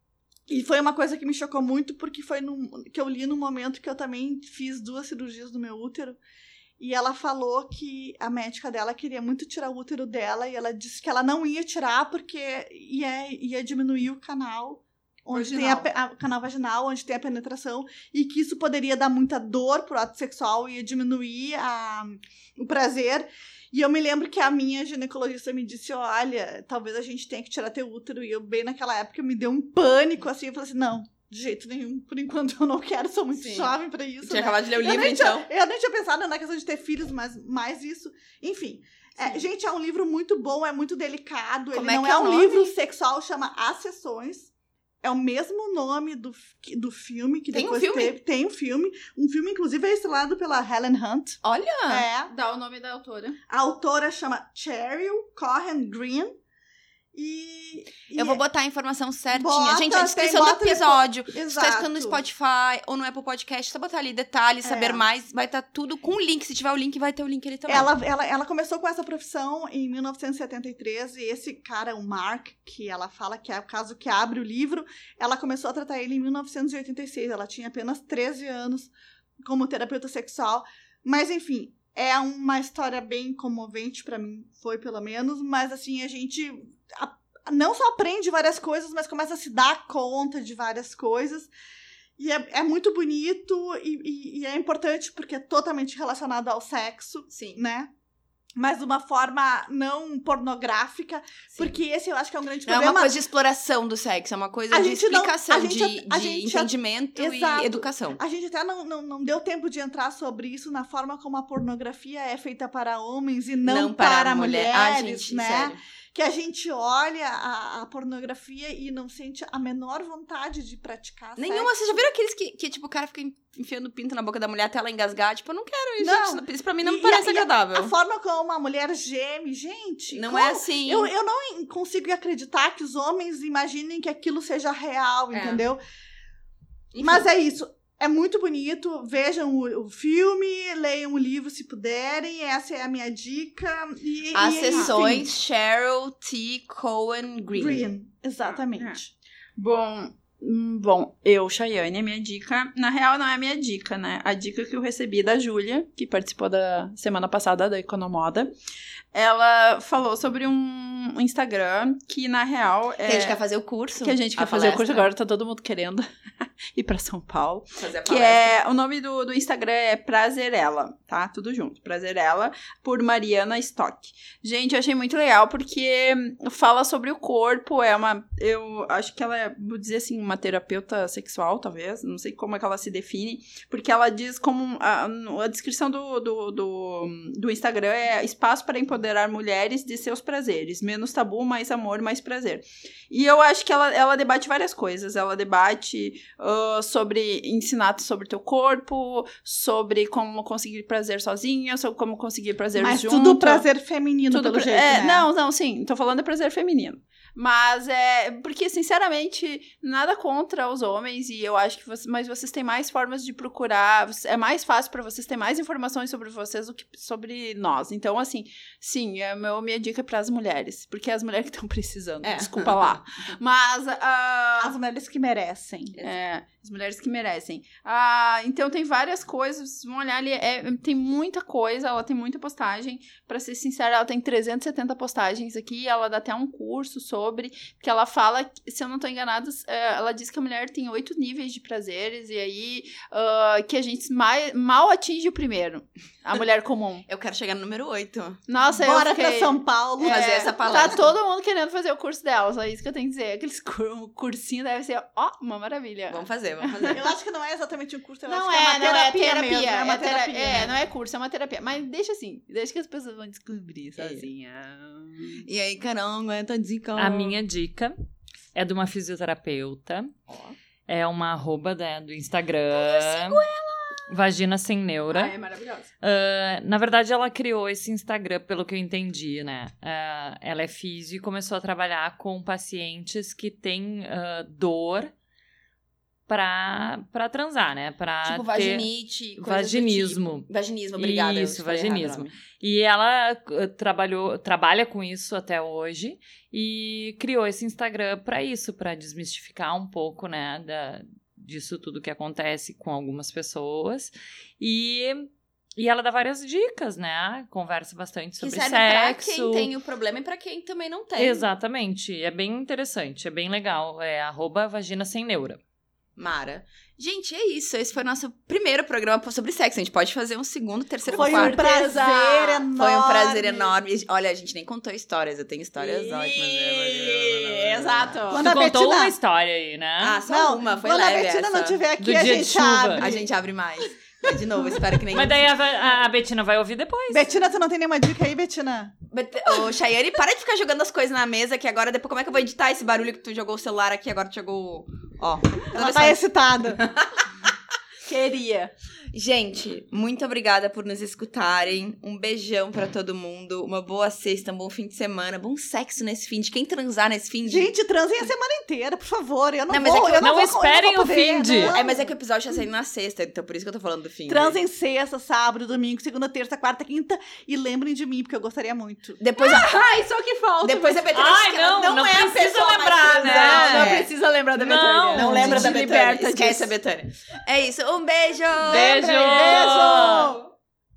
E foi uma coisa que me chocou muito, porque foi que eu li num momento que eu também fiz 2 cirurgias no meu útero. E ela falou que a médica dela queria muito tirar o útero dela, e ela disse que ela não ia tirar porque ia diminuir o canal, onde tem o canal vaginal, onde tem a penetração, e que isso poderia dar muita dor pro ato sexual, ia diminuir o prazer. E eu me lembro que a minha ginecologista me disse, olha, talvez a gente tenha que tirar teu útero. E eu, bem naquela época, me deu um pânico, assim. Eu falei assim, não, de jeito nenhum. Por enquanto eu não quero, sou muito jovem pra isso. Tinha acabado de ler o livro, então. Eu nem tinha pensado na questão de ter filhos, mas mais isso. Enfim, gente, é um livro muito bom, é muito delicado. Ele não é um livro sexual, chama As Sessões. É o mesmo nome do filme que tem depois um filme? Tem um filme. Um filme, inclusive, é estrelado pela Helen Hunt. Olha! Dá o nome da autora. A autora chama Cheryl Cohen Green. E eu vou botar a informação certinha. Bota, gente, a descrição do episódio. Exato. Se tá escutando no Spotify ou no Apple Podcast, só botar ali detalhes, saber mais. Vai estar tudo com o link. Se tiver o link, vai ter o link ali também. Ela começou com essa profissão em 1973. E esse cara, o Mark, que ela fala que é o caso que abre o livro, ela começou a tratar ele em 1986. Ela tinha apenas 13 anos como terapeuta sexual. Mas, enfim, é uma história bem comovente pra mim, foi pelo menos. Mas, assim, a gente não só aprende várias coisas, mas começa a se dar conta de várias coisas. E é muito bonito e é importante porque é totalmente relacionado ao sexo. Sim. Né? Mas de uma forma não pornográfica. Sim. Porque esse eu acho que é um grande problema. Não é uma coisa de exploração do sexo, é uma coisa de explicação, de entendimento e educação. A gente até não deu tempo de entrar sobre isso na forma como a pornografia é feita para homens e não para mulheres, gente, né? Sério. Que a gente olha a pornografia e não sente a menor vontade de praticar nenhuma. Sexo. Vocês já viram aqueles que tipo, o cara fica enfiando pinto na boca da mulher até ela engasgar? Tipo, eu não quero isso, gente. Isso pra mim não me parece agradável. A forma como uma mulher geme, gente... Não é assim. Eu não consigo acreditar que os homens imaginem que aquilo seja real, entendeu? Enfim. Mas é isso. É muito bonito, vejam o filme, leiam o livro se puderem, essa é a minha dica. As Sessões, Cheryl T. Cohen Green. Exatamente. Bom, eu, Chayane, a minha dica, na real não é a minha dica, né? A dica que eu recebi da Júlia, que participou da semana passada da Economoda, ela falou sobre um Instagram que, na real... Que a gente quer fazer o curso. Que a gente quer fazer o curso agora, tá todo mundo querendo. ir pra São Paulo. Fazer a que palestra. o nome do Instagram é Prazerela, tá? Tudo junto. Prazerela, por Mariana Stock. Gente, eu achei muito legal, porque fala sobre o corpo, eu acho que ela é, vou dizer assim, uma terapeuta sexual, talvez, não sei como é que ela se define, porque ela diz como, a descrição do Instagram é espaço para empoderar mulheres de seus prazeres, menos tabu, mais amor, mais prazer. E eu acho que ela debate várias coisas, ela debate sobre ensinar sobre teu corpo, sobre como conseguir prazer sozinha, sobre como conseguir prazer Mas junto. Mas tudo prazer feminino, pelo jeito, né? Não, sim, tô falando de prazer feminino. Mas porque, sinceramente, nada contra os homens, e eu acho que mas vocês têm mais formas de procurar, é mais fácil pra vocês ter mais informações sobre vocês do que sobre nós. Então, assim, sim, minha dica é pras mulheres, porque é as mulheres que estão precisando, desculpa lá. Mas as mulheres que merecem. As mulheres que merecem. Então tem várias coisas, vão olhar ali, tem muita coisa, ela tem muita postagem, pra ser sincera, ela tem 370 postagens aqui, ela dá até um curso sobre, que ela fala, se eu não tô enganada, ela diz que a mulher tem 8 níveis de prazeres, e aí que a gente mal atinge o primeiro, a mulher comum. Eu quero chegar no número 8. Nossa, Bora pra São Paulo fazer essa palestra. Tá todo mundo querendo fazer o curso dela, só isso que eu tenho que dizer. Aqueles cursinho deve ser, uma maravilha. Vamos fazer. Eu acho que não é exatamente um curso, eu não acho que é uma terapia mesmo. É uma terapia. Não é curso, é uma terapia. Mas deixa que as pessoas vão descobrir sozinha. E aí, caramba, eu tô dizendo. A minha dica é de uma fisioterapeuta. É uma @, do Instagram. Eu sigo ela! Vagina Sem Neura. É maravilhosa. Na verdade, ela criou esse Instagram, pelo que eu entendi, né? Ela é fisio e começou a trabalhar com pacientes que têm dor pra transar, né? Pra tipo vaginite, vaginismo. Tipo. Vaginismo, obrigada. Isso, vaginismo. E ela trabalha com isso até hoje e criou esse Instagram pra isso, pra desmistificar um pouco, né, disso tudo que acontece com algumas pessoas. E ela dá várias dicas, né? Conversa bastante sobre sexo. Pra quem tem o problema e pra quem também não tem. Exatamente. É bem interessante, é bem legal. É @Vagina Sem Neura. Mara. Gente, é isso. Esse foi o nosso primeiro programa sobre sexo. A gente pode fazer um segundo, terceiro, quarto. Foi um prazer enorme. Olha, a gente nem contou histórias. Eu tenho histórias ótimas. Exato. Quando tu contou uma história aí, né? Só uma. Foi leve essa. Quando a Betina não tiver aqui, Do a dia gente de chuva. abre. A gente abre mais. Mas, de novo, espero que nem... Mas daí a Betina vai ouvir depois. Betina, tu não tem nenhuma dica aí, Betina? Ô, Chayane, para de ficar jogando as coisas na mesa, que agora, depois, como é que eu vou editar esse barulho que tu jogou o celular aqui, agora tu jogou... Ó. Ela tá excitada. Queria. Gente, muito obrigada por nos escutarem. Um beijão pra todo mundo. Uma boa sexta, um bom fim de semana. Bom sexo nesse fim de. Quem transar nesse fim de... Gente, transem a semana inteira, por favor. Eu não mas vou, é que não esperem o fim de... Mas é que o episódio já saiu na sexta, então por isso que eu tô falando do fim. Transem sexta, sábado, domingo, segunda, terça, quarta, quinta. E lembrem de mim, porque eu gostaria muito. Depois só que falta. Depois a Betânia Ai, não é a precisa pessoa lembrar, mais né? transada. Não precisa lembrar da Betânia. Não lembra da Te Betânia. liberta Esquece disso. a Betânia. É isso. Um beijo! Beijo! Beijo!